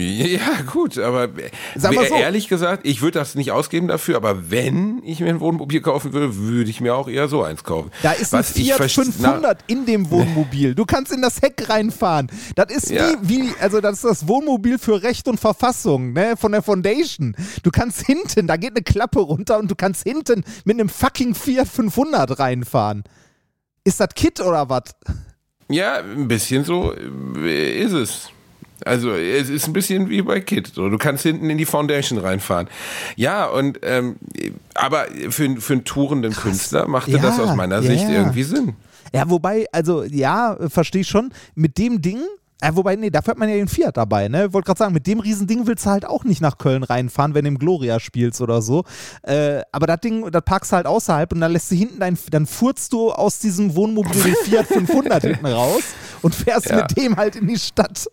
B: Ja, gut, aber
C: Sag mal so,
B: ehrlich gesagt, ich würde das nicht ausgeben dafür, aber wenn ich mir ein Wohnmobil kaufen würde, würde ich mir auch eher so eins kaufen.
C: Da ist ein Fiat fünfhundert in dem Wohnmobil. Du kannst in das Heck reinfahren. Das ist ja. wie, wie, also das ist das Wohnmobil für Recht und Verfassung, ne, von der Foundation. Du kannst hinten, da geht eine Klappe runter und du kannst hinten mit einem fucking Fiat fünfhundert reinfahren. Ist das Kit oder was?
B: Ja, ein bisschen so ist es. Also es ist ein bisschen wie bei Kid. So. Du kannst hinten in die Foundation reinfahren. Ja, und ähm, aber für, für einen tourenden Krass. Künstler machte ja, das aus meiner yeah. Sicht irgendwie Sinn.
C: Ja, wobei, also ja, verstehe ich schon, mit dem Ding, äh, wobei, nee, dafür hat man ja den Fiat dabei, ne? Wollte gerade sagen, mit dem Riesending willst du halt auch nicht nach Köln reinfahren, wenn du im Gloria spielst oder so. Äh, aber das Ding, das parkst du halt außerhalb und dann lässt du hinten dein, dann furzt du aus diesem Wohnmobil Fiat fünfhundert hinten raus und fährst ja. mit dem halt in die Stadt.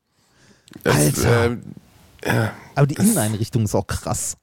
B: Das,
C: Alter.
B: Äh, äh,
C: aber die Inneneinrichtung ist auch krass.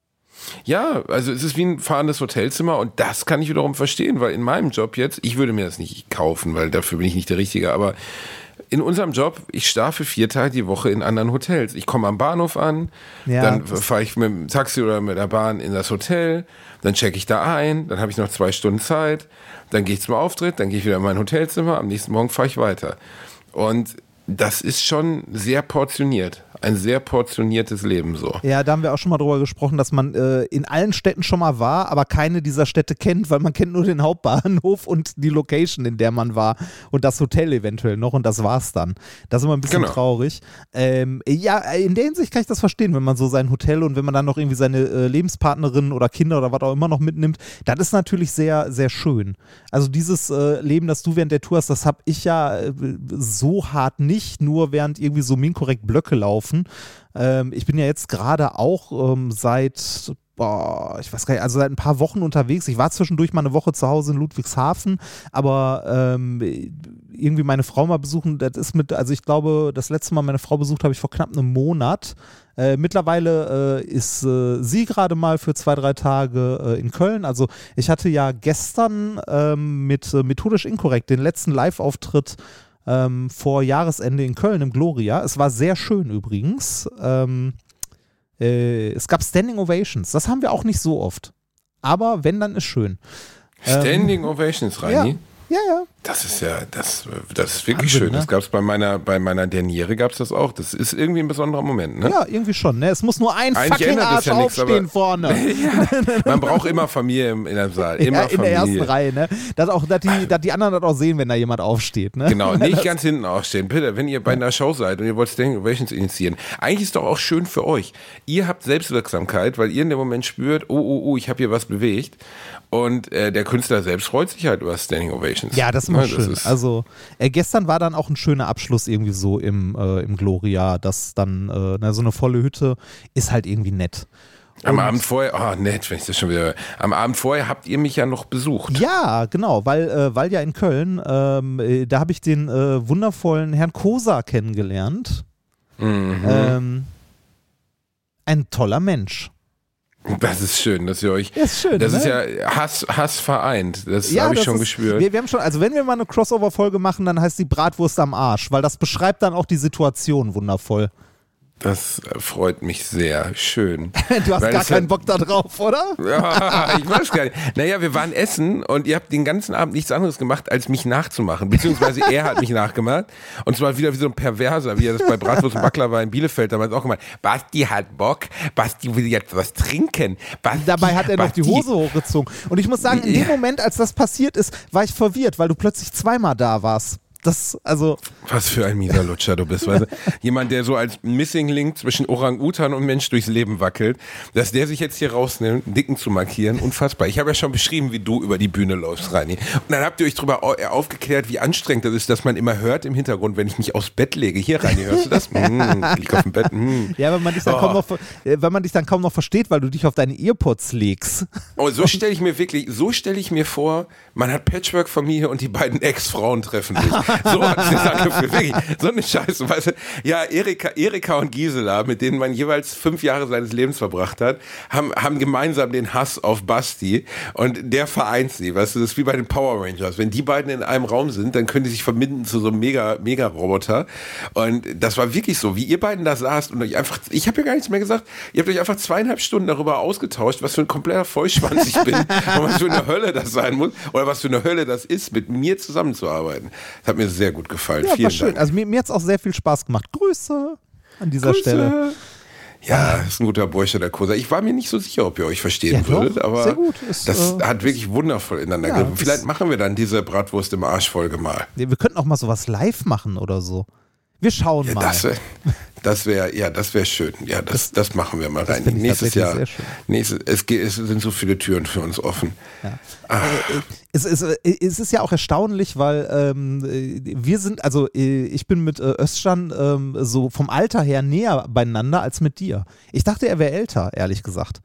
B: Ja, also es ist wie ein fahrendes Hotelzimmer und das kann ich wiederum verstehen, weil in meinem Job jetzt, ich würde mir das nicht kaufen, weil dafür bin ich nicht der Richtige, aber in unserem Job, ich schlafe vier Tage die Woche in anderen Hotels. Ich komme am Bahnhof an, ja, dann fahre ich mit dem Taxi oder mit der Bahn in das Hotel, dann checke ich da ein, dann habe ich noch zwei Stunden Zeit, dann gehe ich zum Auftritt, dann gehe ich wieder in mein Hotelzimmer, am nächsten Morgen fahre ich weiter. Und das ist schon sehr portioniert. Ein sehr portioniertes Leben so.
C: Ja, da haben wir auch schon mal drüber gesprochen, dass man äh, in allen Städten schon mal war, aber keine dieser Städte kennt, weil man kennt nur den Hauptbahnhof und die Location, in der man war und das Hotel eventuell noch und das war's dann. Das ist immer ein bisschen genau. traurig. Ähm, ja, in der Hinsicht kann ich das verstehen, wenn man so sein Hotel und wenn man dann noch irgendwie seine äh, Lebenspartnerin oder Kinder oder was auch immer noch mitnimmt, das ist natürlich sehr, sehr schön. Also dieses äh, Leben, das du während der Tour hast, das habe ich ja äh, so hart nicht, nur während irgendwie so minkorrekt Blöcke laufen. Ähm, ich bin ja jetzt gerade auch ähm, seit, boah, ich weiß gar nicht, also seit ein paar Wochen unterwegs. Ich war zwischendurch mal eine Woche zu Hause in Ludwigshafen, aber ähm, irgendwie meine Frau mal besuchen, das ist mit, also ich glaube, das letzte Mal meine Frau besucht habe ich vor knapp einem Monat. Äh, mittlerweile äh, ist äh, sie gerade mal für zwei, drei Tage äh, in Köln. Also ich hatte ja gestern ähm, mit äh, Methodisch Inkorrekt den letzten Live-Auftritt Ähm, vor Jahresende in Köln im Gloria. Es war sehr schön übrigens. Ähm, äh, es gab Standing Ovations. Das haben wir auch nicht so oft. Aber wenn, dann ist schön.
B: Standing ähm, Ovations, Reini?
C: Ja, ja, ja.
B: Das ist ja, das, das ist wirklich
C: Wahnsinn,
B: schön.
C: Ne?
B: Das gab es bei meiner, bei meiner Derniere gab es das auch. Das ist irgendwie ein besonderer Moment, ne?
C: Ja, irgendwie schon, ne? Es muss nur ein
B: Eigentlich
C: fucking Arsch
B: ja nix,
C: aufstehen vorne.
B: Ja, man braucht immer Familie im, in einem Saal. Immer
C: ja, in
B: Familie.
C: der ersten Reihe, ne? Dass, auch, dass, die, dass die anderen das auch sehen, wenn da jemand aufsteht, ne?
B: Genau, nicht das ganz hinten aufstehen. Bitte, wenn ihr bei einer Show seid und ihr wollt Standing Ovations initiieren, eigentlich ist doch auch schön für euch. Ihr habt Selbstwirksamkeit, weil ihr in dem Moment spürt, oh, oh, oh, ich habe hier was bewegt. Und äh, der Künstler selbst freut sich halt über Standing Ovations.
C: Ja, das ist immer ja, schön. Ist also äh, gestern war dann auch ein schöner Abschluss irgendwie so im, äh, im Gloria, dass dann äh, na, so eine volle Hütte ist halt irgendwie nett.
B: Am und Abend vorher, oh nett, wenn ich das schon wieder, am Abend vorher habt ihr mich ja noch besucht.
C: Ja, genau, weil, äh, weil ja in Köln, ähm, äh, da habe ich den äh, wundervollen Herrn Kosa kennengelernt. Mhm. Ähm, ein toller Mensch.
B: Das ist schön, dass ihr euch.
C: Das ist schön,
B: Das
C: ne?
B: ist ja Hass, Hass vereint. Das
C: ja,
B: habe ich
C: das
B: schon
C: ist,
B: gespürt.
C: Wir, wir haben schon, also wenn wir mal eine Crossover-Folge machen, dann heißt die Bratwurst am Arsch, weil das beschreibt dann auch die Situation wundervoll.
B: Das freut mich sehr. Schön.
C: Du hast
B: Weil
C: gar keinen Bock da drauf, oder?
B: Ja, ich weiß gar nicht. Naja, wir waren essen und ihr habt den ganzen Abend nichts anderes gemacht, als mich nachzumachen. Beziehungsweise er hat mich nachgemacht. Und zwar wieder wie so ein Perverser, wie er das bei Bratwurst und Baklava in Bielefeld damals auch gemacht hat. Basti hat Bock. Basti will jetzt was trinken. Basti,
C: Dabei hat er
B: Basti.
C: noch die Hose hochgezogen. Und ich muss sagen, in dem Moment, als das passiert ist, war ich verwirrt, weil du plötzlich zweimal da warst. Das, also
B: Was für ein mieser Lutscher du bist, weißt du? Jemand, der so als Missing Link zwischen Orang-Utan und Mensch durchs Leben wackelt, dass der sich jetzt hier rausnimmt, einen Dicken zu markieren, unfassbar. Ich habe ja schon beschrieben, wie du über die Bühne läufst, Reini. Und dann habt ihr euch darüber aufgeklärt, wie anstrengend das ist, dass man immer hört im Hintergrund, wenn ich mich aufs Bett lege. Hier, Reini, hörst du das? Mm, ich lieg auf dem Bett. Mm.
C: Ja, wenn man, dich dann oh. kaum noch, wenn man dich dann kaum noch versteht, weil du dich auf deine Earpods legst.
B: Oh, so stelle ich mir wirklich, so stelle ich mir vor, man hat Patchwork-Familie und die beiden Ex-Frauen treffen sich. So hat sich das angefühlt, wirklich. So eine Scheiße, weißt du? Ja, Erika, Erika und Gisela, mit denen man jeweils fünf Jahre seines Lebens verbracht hat, haben, haben gemeinsam den Hass auf Basti und der vereint sie, weißt du? Das ist wie bei den Power Rangers. Wenn die beiden in einem Raum sind, dann können die sich verbinden zu so einem mega, mega Roboter. Und das war wirklich so, wie ihr beiden da saßt und euch einfach, ich habe ja gar nichts mehr gesagt, ihr habt euch einfach zweieinhalb Stunden darüber ausgetauscht, was für ein kompletter Vollschwanz ich bin und was für eine Hölle das sein muss oder was für eine Hölle das ist, mit mir zusammenzuarbeiten. Das hat mir sehr gut gefallen.
C: Ja,
B: Vielen
C: war schön.
B: Dank.
C: Also mir, mir hat es auch sehr viel Spaß gemacht. Grüße an dieser
B: Grüße.
C: Stelle.
B: Ja, ist ein guter Bursche, der Kosa. Ich war mir nicht so sicher, ob ihr euch verstehen
C: ja,
B: würdet,
C: doch,
B: aber
C: sehr gut. Ist,
B: das
C: äh,
B: hat wirklich wundervoll ineinander
C: ja,
B: gegriffen. Vielleicht machen wir dann diese Bratwurst im Arsch-Folge mal.
C: Wir könnten auch mal sowas live machen oder so. Wir schauen
B: ja,
C: mal.
B: Das wäre, das wär, ja, das wäre schön. Ja, das, das machen wir mal rein. Nächstes Jahr. Nächstes, es, geht, es sind so viele Türen für uns offen.
C: Ja. Äh, es, es, es ist ja auch erstaunlich, weil ähm, wir sind, also ich bin mit äh, Özcan ähm, so vom Alter her näher beieinander als mit dir. Ich dachte, er wäre älter, ehrlich gesagt.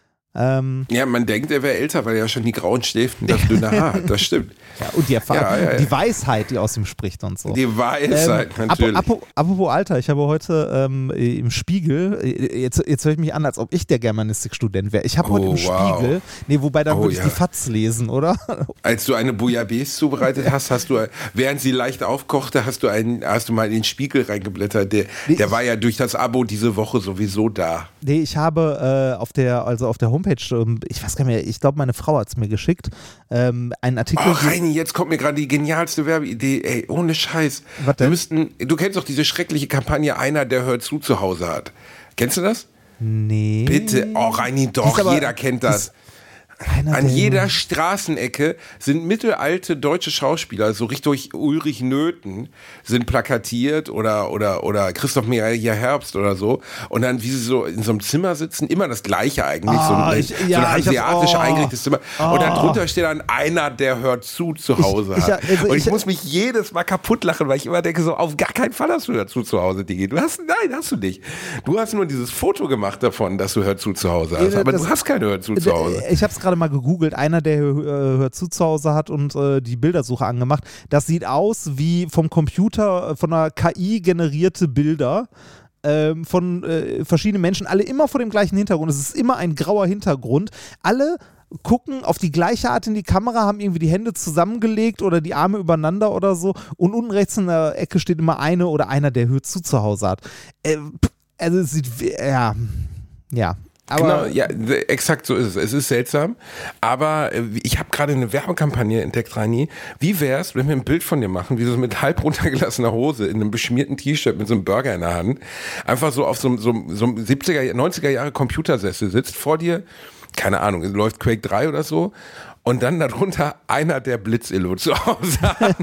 C: Ähm,
B: ja, man denkt, er wäre älter, weil er ja schon die grauen Schläfen, das dünne Haar hat, das stimmt.
C: Ja, und die Erfahrung,
B: ja, ja, ja.
C: die Weisheit, die aus ihm spricht und so.
B: Die Weisheit, ähm, natürlich.
C: Apropos, apropos Alter, ich habe heute ähm, im Spiegel, jetzt, jetzt höre ich mich an, als ob ich der Germanistikstudent wäre. Ich habe
B: oh,
C: heute im
B: wow.
C: Spiegel, nee, wobei dann
B: oh,
C: würde ich
B: ja.
C: die Fatz lesen, oder?
B: Als du eine Bouillabaisse zubereitet hast, hast du, während sie leicht aufkochte, hast du, einen, hast du mal in den Spiegel reingeblättert. Der,
C: nee,
B: der war ja durch das Abo diese Woche sowieso da.
C: Nee, ich habe äh, auf der, also auf der Homepage, ähm, ich weiß gar nicht mehr, ich glaube, meine Frau hat es mir geschickt, ähm, einen Artikel.
B: Oh, Reini, jetzt kommt mir gerade die genialste Werbeidee, ey, ohne Scheiß.
C: Was denn?
B: Wir müssten, du kennst doch diese schreckliche Kampagne, einer, der hört zu, zu Hause hat. Kennst du das?
C: Nee.
B: Bitte, oh Reini, doch, aber, jeder kennt das. Einer, An jeder Straßenecke sind mittelalte deutsche Schauspieler, so Richtung Ulrich Nöthen, sind plakatiert oder, oder, oder Christoph Maria Herbst oder so. Und dann, wie sie so in so einem Zimmer sitzen, immer das Gleiche eigentlich, oh, so ein, ich, ja, so ein asiatisch oh, eingerichtetes Zimmer. Oh. Und darunter steht dann einer, der hört zu, zu Hause ich, hat. Ich, also, und ich, ich muss mich jedes Mal kaputt lachen, weil ich immer denke, so auf gar keinen Fall hast du Hör zu zu Hause, Digi. Du hast, nein, hast du nicht. Du hast nur dieses Foto gemacht davon, dass du Hör zu zu Hause hast. Aber das, du hast keine Hör zu zu Hause.
C: Ich hab's gerade mal gegoogelt, einer, der äh, Hört zu zu Hause hat und äh, die Bildersuche angemacht. Das sieht aus wie vom Computer, von einer K I generierte Bilder ähm, von äh, verschiedenen Menschen, alle immer vor dem gleichen Hintergrund. Es ist immer ein grauer Hintergrund. Alle gucken auf die gleiche Art in die Kamera, haben irgendwie die Hände zusammengelegt oder die Arme übereinander oder so und unten rechts in der Ecke steht immer eine oder einer, der Hört zu zu Hause hat. Äh, also es sieht, ja, ja.
B: Aber genau, ja, exakt so ist es. Es ist seltsam, aber ich habe gerade eine Werbekampagne entdeckt, Reini. Wie wär's, wenn wir ein Bild von dir machen, wie du so mit halb runtergelassener Hose in einem beschmierten T-Shirt mit so einem Burger in der Hand einfach so auf so, so, so einem siebziger, neunziger Jahre Computersessel sitzt, vor dir, keine Ahnung, läuft Quake drei oder so. Und dann darunter einer, der Blitz-Illo zu Hause hat.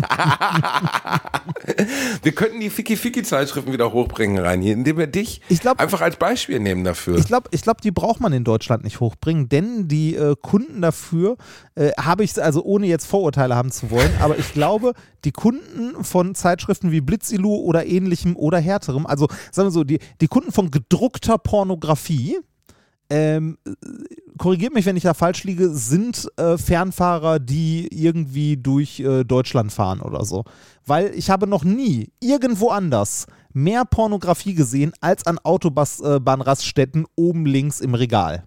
B: Wir könnten die Ficky-Ficky-Zeitschriften wieder hochbringen, rein hier, indem wir dich glaub, einfach als Beispiel nehmen dafür.
C: Ich glaube, ich glaub, die braucht man in Deutschland nicht hochbringen, denn die äh, Kunden dafür äh, habe ich, also ohne jetzt Vorurteile haben zu wollen, aber ich glaube, die Kunden von Zeitschriften wie Blitz-Illo oder ähnlichem oder härterem, also sagen wir so, die, die Kunden von gedruckter Pornografie, Ähm, korrigiert mich, wenn ich da falsch liege, sind äh, Fernfahrer, die irgendwie durch äh, Deutschland fahren oder so. Weil ich habe noch nie irgendwo anders mehr Pornografie gesehen als an Autobahnraststätten oben links im Regal.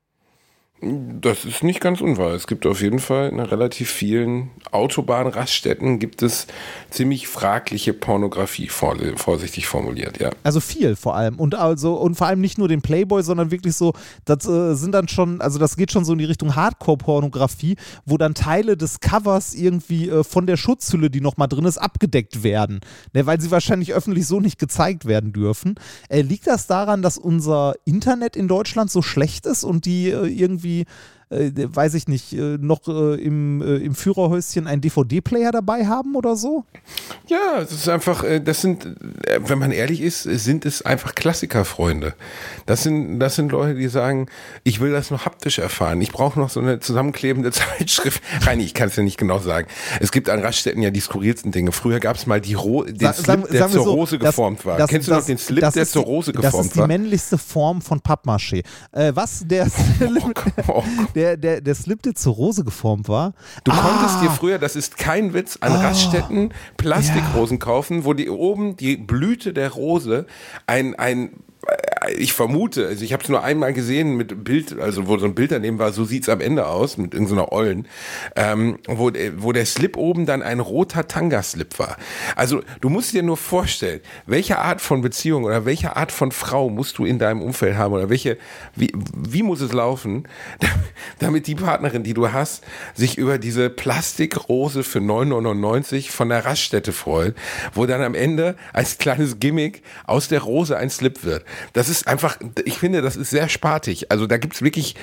B: Das ist nicht ganz unwahr. Es gibt auf jeden Fall in relativ vielen Autobahnraststätten gibt es ziemlich fragliche Pornografie, vorsichtig formuliert, ja.
C: Also viel vor allem und also und vor allem nicht nur den Playboy, sondern wirklich so, das äh, sind dann schon, also das geht schon so in die Richtung Hardcore-Pornografie, wo dann Teile des Covers irgendwie äh, von der Schutzhülle, die noch mal drin ist, abgedeckt werden, ne, weil sie wahrscheinlich öffentlich so nicht gezeigt werden dürfen. Äh, liegt das daran, dass unser Internet in Deutschland so schlecht ist und die äh, irgendwie Äh, weiß ich nicht, äh, noch äh, im, äh, im Führerhäuschen einen D V D-Player dabei haben oder so?
B: Ja, es ist einfach, äh, das sind, äh, wenn man ehrlich ist, sind es einfach Klassikerfreunde. Das sind, das sind Leute, die sagen, ich will das noch haptisch erfahren. Ich brauche noch so eine zusammenklebende Zeitschrift. Reini, ich kann es ja nicht genau sagen. Es gibt an Raststätten ja die skurrilsten Dinge. Früher gab es mal die Ro- den Sa- Slip, der zur so, Rose das, geformt war.
C: Das,
B: Kennst
C: das,
B: du noch den Slip, der zur Rose geformt war?
C: Das ist die
B: war?
C: männlichste Form von Pappmaché. Äh, was? Der Slip, oh, oh. Der, der, der Slip, der zur Rose geformt war.
B: Du
C: ah.
B: konntest dir früher, das ist kein Witz, an ah. Raststätten Plastikrosen ja. kaufen, wo die oben die Blüte der Rose ein, ein ich vermute, also ich habe es nur einmal gesehen mit Bild, also wo so ein Bild daneben war, so sieht es am Ende aus, mit irgendeiner Ollen, ähm, wo, wo der Slip oben dann ein roter Tanga-Slip war. Also du musst dir nur vorstellen, welche Art von Beziehung oder welche Art von Frau musst du in deinem Umfeld haben oder welche, wie, wie muss es laufen, damit die Partnerin, die du hast, sich über diese Plastikrose für neun neunundneunzig von der Raststätte freut, wo dann am Ende als kleines Gimmick aus der Rose ein Slip wird. Das ist einfach, ich finde, das ist sehr spartig. Also da gibt es wirklich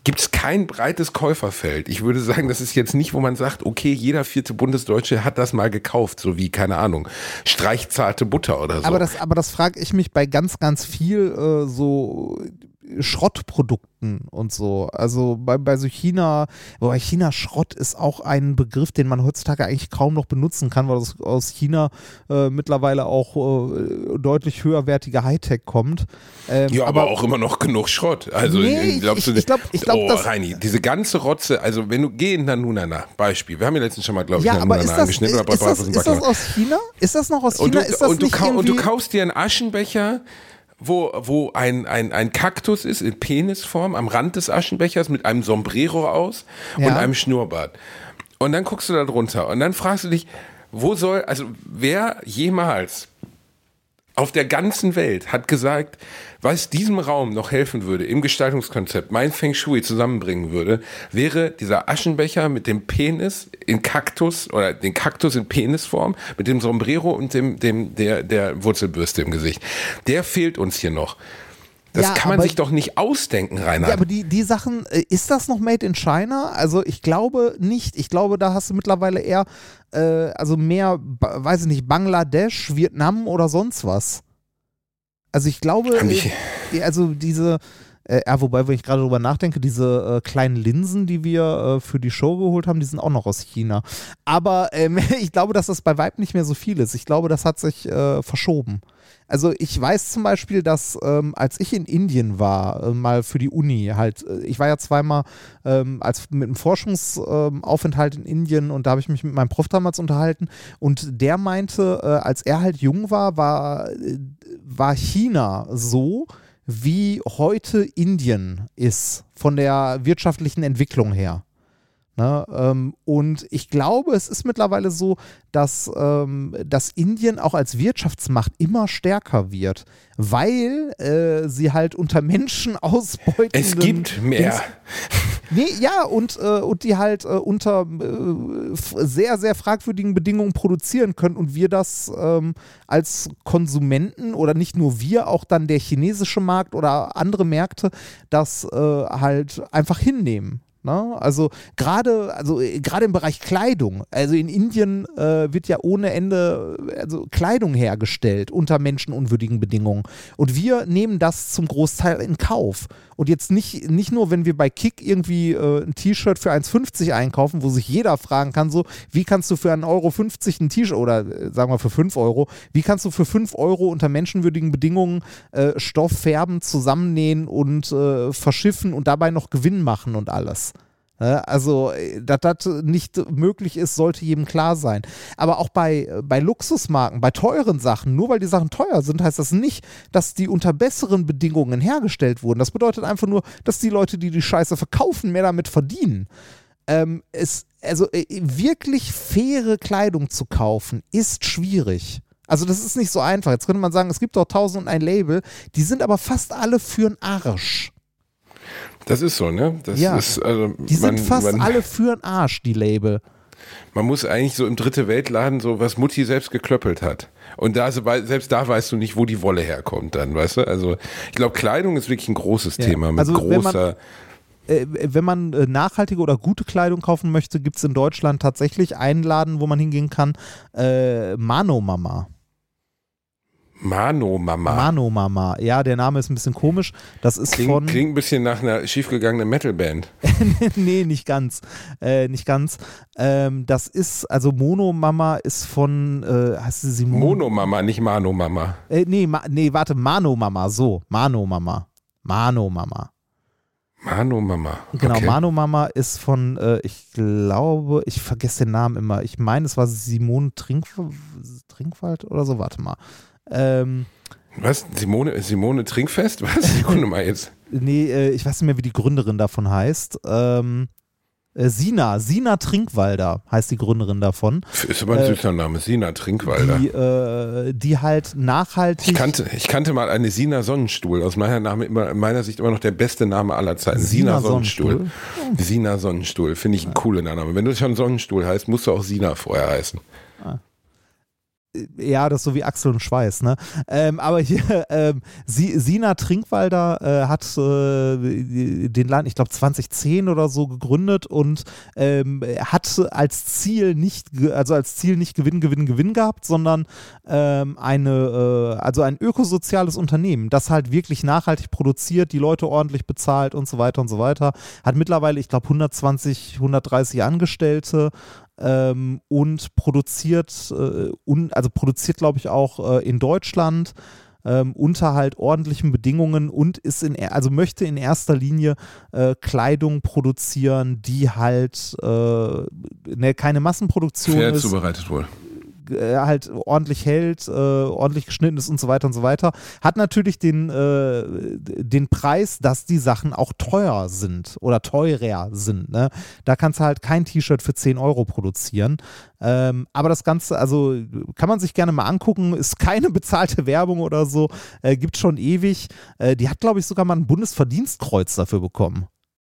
B: gibt es kein breites Käuferfeld. Ich würde sagen, das ist jetzt nicht, wo man sagt, okay, jeder vierte Bundesdeutsche hat das mal gekauft, so wie, keine Ahnung, streichzarte Butter oder so.
C: Aber das, aber das frage ich mich bei ganz, ganz viel äh, so Schrottprodukten und so. Also bei, bei so China, wobei China Schrott ist auch ein Begriff, den man heutzutage eigentlich kaum noch benutzen kann, weil aus, aus China äh, mittlerweile auch äh, deutlich höherwertige Hightech kommt. Ähm,
B: ja, aber, aber auch immer noch genug Schrott. Also
C: nee,
B: glaubst
C: ich,
B: du,
C: ich glaube, ich glaub,
B: oh,
C: dass
B: Reini, diese ganze Rotze, also wenn du, geh in Nanunana, Beispiel, wir haben ja letztens schon mal, glaube ich,
C: ja, aber ist das,
B: angeschnitten.
C: Ist, ist, das, ist das aus China? Ist das noch aus China?
B: Und du,
C: ist das
B: und, du
C: nicht
B: und du kaufst dir einen Aschenbecher, wo, wo ein, ein, ein Kaktus ist in Penisform am Rand des Aschenbechers mit einem Sombrero aus
C: ja.
B: und einem Schnurrbart. Und dann guckst du da drunter und dann fragst du dich, wo soll, also wer jemals auf der ganzen Welt hat gesagt, was diesem Raum noch helfen würde, im Gestaltungskonzept mein Feng Shui zusammenbringen würde, wäre dieser Aschenbecher mit dem Penis in Kaktus oder den Kaktus in Penisform mit dem Sombrero und dem, dem, der, der Wurzelbürste im Gesicht. Der fehlt uns hier noch. Das
C: ja,
B: kann man
C: aber,
B: sich doch nicht ausdenken, Reinhard.
C: Ja, aber die, die Sachen, ist das noch made in China? Also ich glaube nicht. Ich glaube, da hast du mittlerweile eher, äh, also mehr, weiß ich nicht, Bangladesch, Vietnam oder sonst was. Also ich glaube, äh, also diese, äh, ja, wobei, wenn ich gerade drüber nachdenke, diese äh, kleinen Linsen, die wir äh, für die Show geholt haben, die sind auch noch aus China. Aber ähm, ich glaube, dass das bei Vibe nicht mehr so viel ist. Ich glaube, das hat sich äh, verschoben. Also ich weiß zum Beispiel, dass ähm, als ich in Indien war, äh, mal für die Uni halt, äh, ich war ja zweimal ähm, als mit einem Forschungsaufenthalt ähm, in Indien und da habe ich mich mit meinem Prof damals unterhalten und der meinte, äh, als er halt jung war, war, äh, war China so, wie heute Indien ist, von der wirtschaftlichen Entwicklung her. Ne, ähm, und ich glaube, es ist mittlerweile so, dass, ähm, dass Indien auch als Wirtschaftsmacht immer stärker wird, weil äh, sie halt unter Menschen ausbeuten.
B: Es gibt mehr.
C: Nee, ja, und, äh, und die halt äh, unter äh, sehr, sehr fragwürdigen Bedingungen produzieren können und wir das ähm, als Konsumenten oder nicht nur wir, auch dann der chinesische Markt oder andere Märkte das äh, halt einfach hinnehmen. Ne? Also gerade also gerade im Bereich Kleidung, also in Indien äh, wird ja ohne Ende also Kleidung hergestellt unter menschenunwürdigen Bedingungen und wir nehmen das zum Großteil in Kauf und jetzt nicht, nicht nur, wenn wir bei Kick irgendwie äh, ein T-Shirt für eins fünfzig einkaufen, wo sich jeder fragen kann, so wie kannst du für einen Euro fünfzig ein T-Shirt oder äh, sagen wir für fünf Euro, wie kannst du für fünf Euro unter menschenwürdigen Bedingungen äh, Stoff färben, zusammennähen und äh, verschiffen und dabei noch Gewinn machen und alles. Also, dass das nicht möglich ist, sollte jedem klar sein. Aber auch bei, bei Luxusmarken, bei teuren Sachen, nur weil die Sachen teuer sind, heißt das nicht, dass die unter besseren Bedingungen hergestellt wurden. Das bedeutet einfach nur, dass die Leute, die die Scheiße verkaufen, mehr damit verdienen. Ähm, es, also wirklich faire Kleidung zu kaufen, ist schwierig. Also das ist nicht so einfach. Jetzt könnte man sagen, es gibt doch tausend und ein Label, die sind aber fast alle für'n Arsch.
B: Das ist so, ne? Das
C: ja,
B: ist, also,
C: die sind
B: man,
C: fast
B: man,
C: alle für'n Arsch, die Label.
B: Man muss eigentlich so im dritte Weltladen so, was Mutti selbst geklöppelt hat. Und da, selbst da weißt du nicht, wo die Wolle herkommt dann, weißt du? Also ich glaube, Kleidung ist wirklich ein großes ja. Thema mit also, großer...
C: Wenn man, äh, wenn man äh, nachhaltige oder gute Kleidung kaufen möchte, gibt es in Deutschland tatsächlich einen Laden, wo man hingehen kann, äh, Mano Mama.
B: Mano Mama.
C: Mano Mama, ja, der Name ist ein bisschen komisch. Das ist
B: klingt,
C: von.
B: Klingt ein bisschen nach einer schiefgegangenen Metalband.
C: Nee, nicht ganz. Äh, nicht ganz. Ähm, das ist, also Mono Mama ist von, äh, heißt sie Simone?
B: Mono Mama, nicht Mano Mama.
C: Äh, nee, ma, nee, warte, Mano Mama, so. Mano Mama. Mano Mama.
B: Mano Mama.
C: Genau,
B: okay.
C: Mano Mama ist von, äh, ich glaube, ich vergesse den Namen immer. Ich meine, es war Simone Trink, Trinkwald oder so, warte mal. Ähm,
B: Was? Simone, Simone Trinkfest? Was? Sekunde mal jetzt.
C: Nee, äh, ich weiß nicht mehr, wie die Gründerin davon heißt. Ähm, äh, Sina, Sina Trinkwalder heißt die Gründerin davon.
B: Ist aber ein süßer äh, Name, Sina Trinkwalder.
C: Die, äh, die halt nachhaltig...
B: Ich kannte, ich kannte mal eine Sina Sonnenstuhl, aus meiner, Name immer, meiner Sicht immer noch der beste Name aller Zeiten. Sina, Sina Sonnenstuhl. Sonnenstuhl. Sina Sonnenstuhl, finde ich ein cooler Name. Wenn du schon Sonnenstuhl heißt, musst du auch Sina vorher heißen.
C: Ah. Ja, das ist so wie Achsel und Schweiß, ne? Ähm, aber hier, ähm, Sina Trinkwalder äh, hat äh, den Laden, ich glaube zwanzig zehn oder so gegründet und ähm, hat als Ziel nicht, also als Ziel nicht Gewinn, Gewinn, Gewinn gehabt, sondern ähm, eine, äh, also ein ökosoziales Unternehmen, das halt wirklich nachhaltig produziert, die Leute ordentlich bezahlt und so weiter und so weiter. Hat mittlerweile, ich glaube, hundertzwanzig, hundertdreißig Angestellte. Ähm, und produziert, äh, un, also produziert, glaube ich, auch äh, in Deutschland ähm, unter halt ordentlichen Bedingungen und ist in, also möchte in erster Linie äh, Kleidung produzieren, die halt äh, ne, keine Massenproduktion
B: fair
C: ist.
B: Zubereitet wohl.
C: Halt ordentlich hält, äh, ordentlich geschnitten ist und so weiter und so weiter, hat natürlich den, äh, den Preis, dass die Sachen auch teuer sind oder teurer sind. Ne? Da kannst du halt kein T-Shirt für zehn Euro produzieren. Ähm, aber das Ganze, also kann man sich gerne mal angucken, ist keine bezahlte Werbung oder so, äh, gibt schon ewig. Äh, die hat, glaube ich, sogar mal ein Bundesverdienstkreuz dafür bekommen.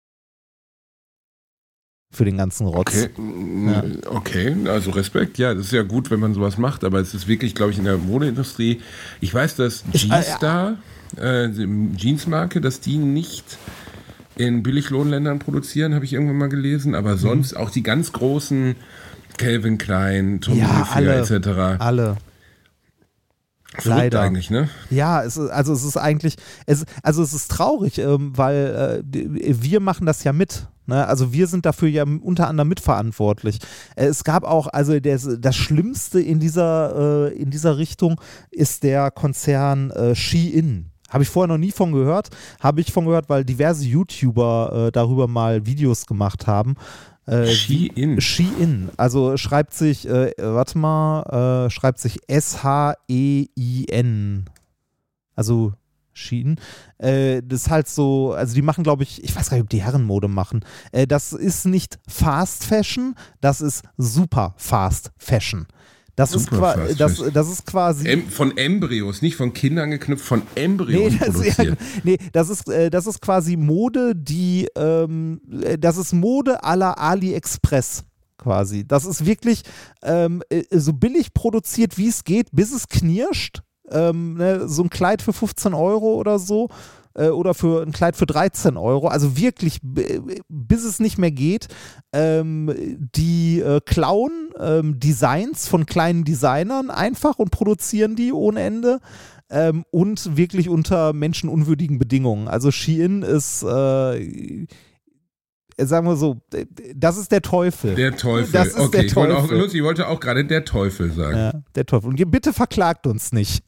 C: Für den ganzen Rotz.
B: Okay. Ja. Okay, also Respekt. Ja, das ist ja gut, wenn man sowas macht, aber es ist wirklich, glaube ich, in der Modeindustrie. Ich weiß, dass G-Star, äh, die Jeansmarke, dass die nicht in Billiglohnländern produzieren, habe ich irgendwann mal gelesen, aber sonst mhm. auch die ganz großen Calvin Klein, Tommy
C: ja,
B: Hilfiger et cetera.
C: Alle.
B: Verrückt leider eigentlich, ne?
C: Ja, es ist, also es ist eigentlich, es, also es ist traurig, ähm, weil äh, wir machen das ja mit. Ne? Also wir sind dafür ja unter anderem mitverantwortlich. Äh, es gab auch, also das, das Schlimmste in dieser, äh, in dieser Richtung ist der Konzern äh, Shein. Habe ich vorher noch nie von gehört. Habe ich von gehört, weil diverse YouTuber äh, darüber mal Videos gemacht haben. Äh,
B: Shein.
C: Shein. Also schreibt sich, äh, warte mal, äh, schreibt sich S H E I N. Also Shein. Äh, das ist halt so, also die machen, glaube ich, ich weiß gar nicht, ob die Herrenmode machen. Äh, das ist nicht Fast Fashion, das ist Super Fast Fashion. Das ist, das, das ist quasi.
B: Em, von Embryos, nicht von Kindern geknüpft, von Embryos
C: nee, das,
B: produziert.
C: Ja, nee, das ist, äh, das ist quasi Mode, die, ähm, das ist Mode à la AliExpress quasi. Das ist wirklich ähm, so billig produziert, wie es geht, bis es knirscht. Ähm, ne, so ein Kleid für fünfzehn Euro oder so. Oder für ein Kleid für dreizehn Euro, also wirklich bis es nicht mehr geht, ähm, die äh, klauen ähm, Designs von kleinen Designern einfach und produzieren die ohne Ende ähm, und wirklich unter menschenunwürdigen Bedingungen. Also Shein ist äh, sagen wir so, das ist der Teufel.
B: Der Teufel,
C: das ist
B: okay.
C: Der Teufel.
B: Ich, wollte auch, ich wollte auch gerade der Teufel sagen.
C: Ja, der Teufel. Und bitte verklagt uns nicht.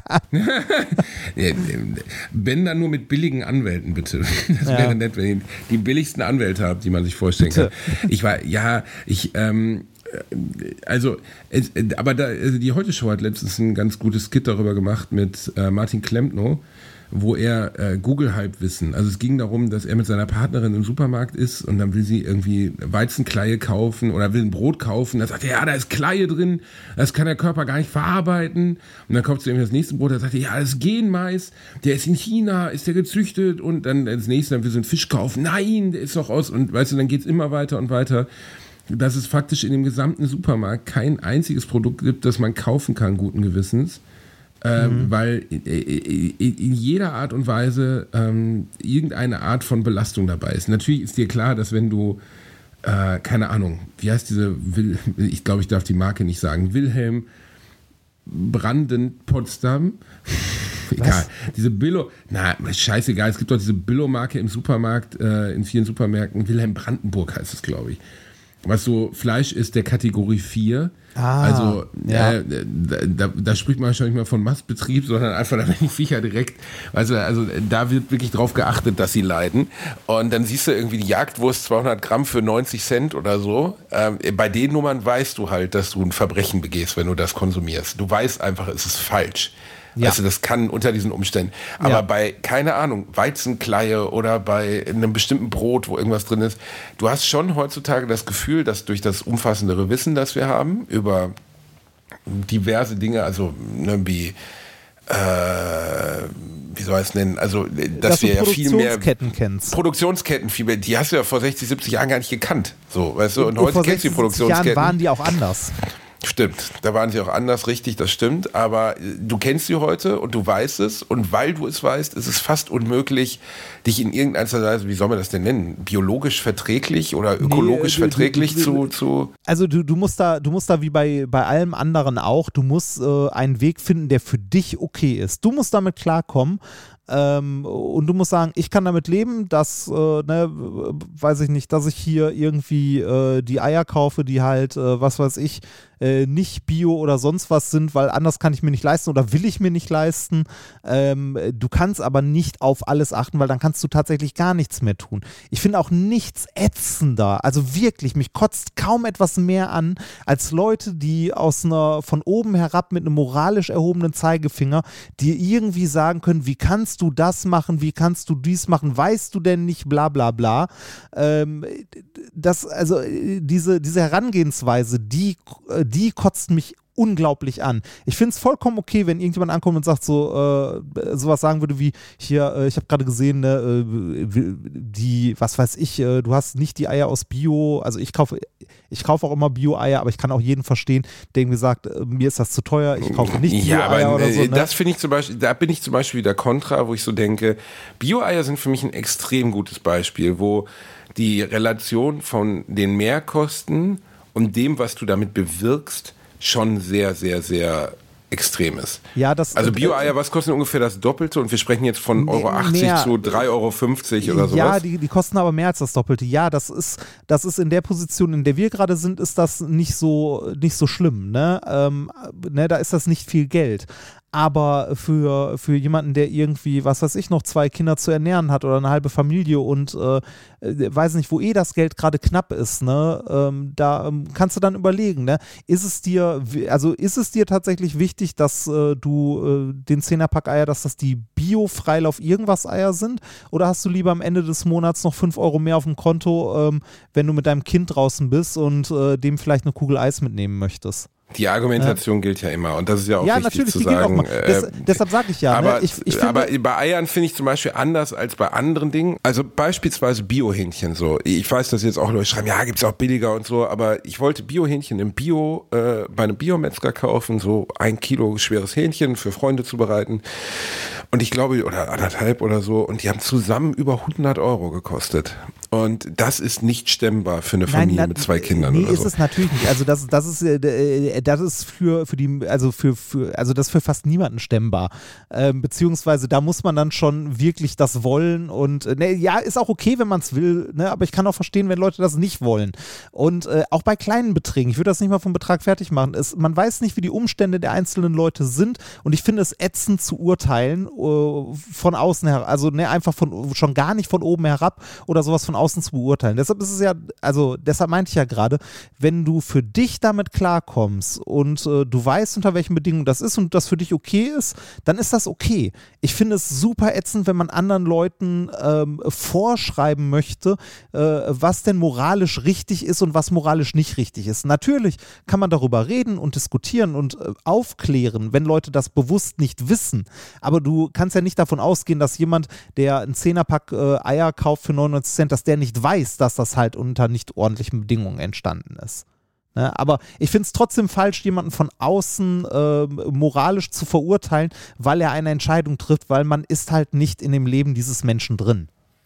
B: Wenn dann nur mit billigen Anwälten, bitte. Das
C: ja.
B: wäre nett, wenn ihr die billigsten Anwälte habt, die man sich vorstellen bitte. kann. Ich war, ja, ich, ähm, also, es, aber da, also die Heute-Show hat letztens ein ganz gutes Skit darüber gemacht mit äh, Martin Klempno, wo er äh, Google-Halbwissen, also es ging darum, dass er mit seiner Partnerin im Supermarkt ist und dann will sie irgendwie Weizenkleie kaufen oder will ein Brot kaufen, da sagt er, ja, da ist Kleie drin, das kann der Körper gar nicht verarbeiten und dann kauft sie irgendwie das nächste Brot, da sagt er, ja, das ist Genmais, der ist in China, ist der gezüchtet und dann das nächste, dann will sie einen Fisch kaufen, nein, der ist doch aus und weißt du, dann geht's immer weiter und weiter, dass es faktisch in dem gesamten Supermarkt kein einziges Produkt gibt, das man kaufen kann, guten Gewissens. Ähm, mhm. Weil in, in jeder Art und Weise ähm, irgendeine Art von Belastung dabei ist. Natürlich ist dir klar, dass wenn du, äh, keine Ahnung, wie heißt diese, Wil- ich glaube, ich darf die Marke nicht sagen, Wilhelm Branden Potsdam, egal, diese Billo, na, scheißegal, es gibt doch diese Billo-Marke im Supermarkt, äh, in vielen Supermärkten, Wilhelm Brandenburg heißt es, glaube ich. Was so Fleisch ist der Kategorie vier.
C: Ah,
B: also
C: ja.
B: äh, da, da, da spricht man wahrscheinlich mal von Mastbetrieb, sondern einfach, da werden die Viecher direkt, also, also da wird wirklich drauf geachtet, dass sie leiden. Und dann siehst du irgendwie die Jagdwurst zweihundert Gramm für neunzig Cent oder so. Ähm, bei den Nummern weißt du halt, dass du ein Verbrechen begehst, wenn du das konsumierst. Du weißt einfach, es ist falsch. Ja. Also das kann unter diesen Umständen. Aber ja. bei, keine Ahnung, Weizenkleie oder bei einem bestimmten Brot, wo irgendwas drin ist, du hast schon heutzutage das Gefühl, dass durch das umfassendere Wissen, das wir haben, über diverse Dinge, also ne, wie, äh, wie soll ich es nennen, also dass, dass wir ja viel mehr
C: Produktionsketten kennst.
B: Produktionsketten, viel mehr, die hast du ja vor sechzig, siebzig Jahren gar nicht gekannt. So, weißt du, und, und heute kennst du die Produktionsketten.
C: Jahren waren die auch anders.
B: Stimmt, da waren sie auch anders, richtig, das stimmt, aber du kennst sie heute und du weißt es und weil du es weißt, ist es fast unmöglich, dich in irgendeiner Weise, wie soll man das denn nennen, biologisch verträglich oder ökologisch nee, du, verträglich du, du, zu, zu...
C: Also du, du musst da, du musst da wie bei, bei allem anderen auch, du musst äh, einen Weg finden, der für dich okay ist. Du musst damit klarkommen, Ähm, und du musst sagen, ich kann damit leben, dass, äh, ne, weiß ich nicht, dass ich hier irgendwie äh, die Eier kaufe, die halt, äh, was weiß ich, äh, nicht Bio oder sonst was sind, weil anders kann ich mir nicht leisten oder will ich mir nicht leisten. Ähm, du kannst aber nicht auf alles achten, weil dann kannst du tatsächlich gar nichts mehr tun. Ich finde auch nichts ätzender, also wirklich, mich kotzt kaum etwas mehr an, als Leute, die aus einer, von oben herab mit einem moralisch erhobenen Zeigefinger, die irgendwie sagen können, wie kannst du das machen, wie kannst du dies machen, weißt du denn nicht, bla bla bla. Ähm, das, also diese, diese Herangehensweise, die, die kotzt mich unglaublich an. Ich finde es vollkommen okay, wenn irgendjemand ankommt und sagt so, äh, sowas sagen würde wie, hier, äh, ich habe gerade gesehen, ne, äh, die, was weiß ich, äh, du hast nicht die Eier aus Bio, also ich kaufe, ich kaufe auch immer Bio-Eier, aber ich kann auch jeden verstehen, der irgendwie sagt, äh, mir ist das zu teuer, ich kaufe nicht
B: ja,
C: Bio-Eier
B: aber,
C: oder so. Ne?
B: Das finde ich zum Beispiel, da bin ich zum Beispiel wieder kontra, wo ich so denke, Bio-Eier sind für mich ein extrem gutes Beispiel, wo die Relation von den Mehrkosten und dem, was du damit bewirkst, schon sehr, sehr, sehr extrem ist.
C: Ja, das,
B: also Bio-Eier, was kosten ungefähr das Doppelte? Und wir sprechen jetzt von Euro achtzig mehr, zu drei Euro fünfzig oder sowas.
C: Ja, die, die kosten aber mehr als das Doppelte. Ja, das ist, das ist in der Position, in der wir gerade sind, ist das nicht so, nicht so schlimm. Ne? Ähm, ne, da ist das nicht viel Geld. Aber für, für jemanden, der irgendwie, was weiß ich, noch zwei Kinder zu ernähren hat oder eine halbe Familie und äh, weiß nicht, wo eh das Geld gerade knapp ist, ne, ähm, da ähm, kannst du dann überlegen, ne, ist es dir, also ist es dir tatsächlich wichtig, dass äh, du äh, den Zehnerpack Eier, dass das die Bio-Freilauf irgendwas Eier sind, oder hast du lieber am Ende des Monats noch fünf Euro mehr auf dem Konto, ähm, wenn du mit deinem Kind draußen bist und äh, dem vielleicht eine Kugel Eis mitnehmen möchtest?
B: Die Argumentation ja. gilt ja immer und das ist ja auch
C: ja,
B: wichtig zu
C: die
B: sagen.
C: Gilt auch mal. Des, äh, deshalb sage ich ja.
B: Aber,
C: ne? ich, ich finde,
B: aber bei Eiern finde ich zum Beispiel anders als bei anderen Dingen. Also beispielsweise Biohähnchen so. Ich weiß, dass jetzt auch Leute schreiben, ja, gibt's auch billiger und so, aber ich wollte Biohähnchen im Bio, äh, bei einem Biometzger kaufen, so ein Kilo schweres Hähnchen für Freunde zubereiten. Und ich glaube, oder anderthalb oder so, und die haben zusammen über hundert Euro gekostet. Und das ist nicht stemmbar für eine Familie Nein, na, mit zwei Kindern.
C: Nee,
B: oder
C: ist
B: so.
C: es natürlich nicht. Also das, das ist, äh, das ist für, für die, also für, für, also das ist für fast niemanden stemmbar. Ähm, beziehungsweise da muss man dann schon wirklich das wollen und äh, ne, ja, ist auch okay, wenn man es will, ne, aber ich kann auch verstehen, wenn Leute das nicht wollen. Und äh, auch bei kleinen Beträgen, ich würde das nicht mal vom Betrag fertig machen. Es, man weiß nicht, wie die Umstände der einzelnen Leute sind und ich finde es ätzend zu urteilen äh, von außen her, also ne, einfach von, schon gar nicht von oben herab oder sowas von außen zu beurteilen. Deshalb ist es ja, also deshalb meinte ich ja gerade, wenn du für dich damit klarkommst und äh, du weißt, unter welchen Bedingungen das ist und das für dich okay ist, dann ist das okay. Ich finde es super ätzend, wenn man anderen Leuten ähm, vorschreiben möchte, äh, was denn moralisch richtig ist und was moralisch nicht richtig ist. Natürlich kann man darüber reden und diskutieren und äh, aufklären, wenn Leute das bewusst nicht wissen. Aber du kannst ja nicht davon ausgehen, dass jemand, der einen Zehnerpack äh, Eier kauft für neunundneunzig Cent, dass der nicht weiß, dass das halt unter nicht ordentlichen Bedingungen entstanden ist. Ne? Aber ich finde es trotzdem falsch, jemanden von außen äh, moralisch zu verurteilen, weil er eine Entscheidung trifft, weil man ist halt nicht in dem Leben dieses Menschen drin.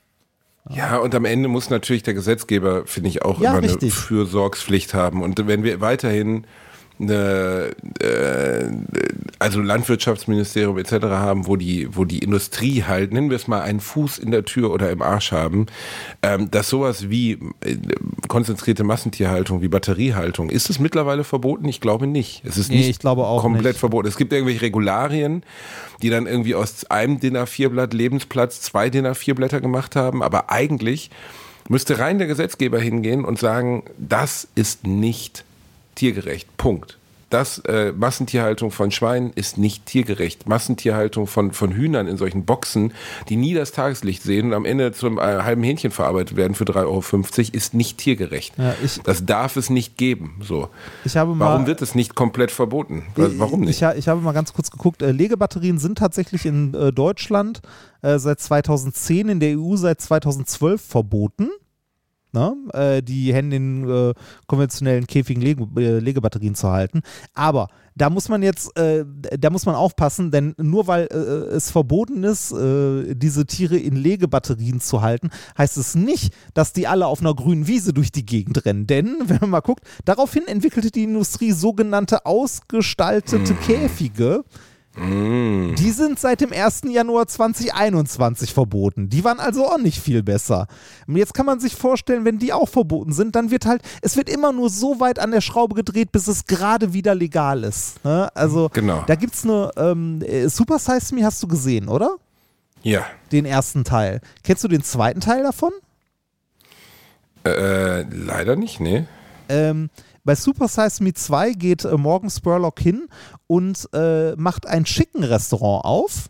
B: Ja, und am Ende muss natürlich der Gesetzgeber, finde ich, auch
C: ja,
B: immer
C: richtig.
B: eine Fürsorgspflicht haben. Und wenn wir weiterhin eine, äh, also Landwirtschaftsministerium et cetera haben, wo die, wo die Industrie halt, nennen wir es mal, einen Fuß in der Tür oder im Arsch haben, ähm, dass sowas wie äh, konzentrierte Massentierhaltung, wie Batteriehaltung, ist es mittlerweile verboten? Ich glaube nicht. Es ist
C: nee,
B: nicht
C: ich glaube auch
B: komplett
C: nicht.
B: verboten. Es gibt irgendwelche Regularien, die dann irgendwie aus einem D I N A vier Blatt Lebensplatz zwei D I N A vier Blätter gemacht haben, aber eigentlich müsste rein der Gesetzgeber hingehen und sagen, das ist nicht tiergerecht. Punkt. Das äh, Massentierhaltung von Schweinen ist nicht tiergerecht. Massentierhaltung von, von Hühnern in solchen Boxen, die nie das Tageslicht sehen und am Ende zum äh, halben Hähnchen verarbeitet werden für drei Euro fünfzig, ist nicht tiergerecht. Ja, ich, das darf es nicht geben. So.
C: Ich habe mal,
B: Warum wird es nicht komplett verboten? Warum nicht?
C: Ich, ich habe mal ganz kurz geguckt. Äh, Legebatterien sind tatsächlich in äh, Deutschland äh, seit zweitausendzehn, in der E U seit zweitausendzwölf verboten. ne? äh, die Hände in äh, konventionellen Käfigen Lege, äh, Legebatterien zu halten. Aber da muss man jetzt, äh, da muss man aufpassen, denn nur weil äh, es verboten ist, äh, diese Tiere in Legebatterien zu halten, heißt es nicht, dass die alle auf einer grünen Wiese durch die Gegend rennen. Denn, wenn man mal guckt, daraufhin entwickelte die Industrie sogenannte ausgestaltete mm. Käfige. Mm. Die sind seit dem ersten Januar zweitausendeinundzwanzig verboten. Die waren also auch nicht viel besser. Und jetzt kann man sich vorstellen, wenn die auch verboten sind, dann wird halt, es wird immer nur so weit an der Schraube gedreht, bis es gerade wieder legal ist. Ne? Also genau. Da gibt es eine ähm, Super Size Me hast du gesehen, oder?
B: Ja.
C: Den ersten Teil. Kennst du den zweiten Teil davon?
B: Äh, leider nicht, nee.
C: Ähm, Bei Super Size Me zwei geht äh, Morgan Spurlock hin und äh, macht ein Chicken-Restaurant auf.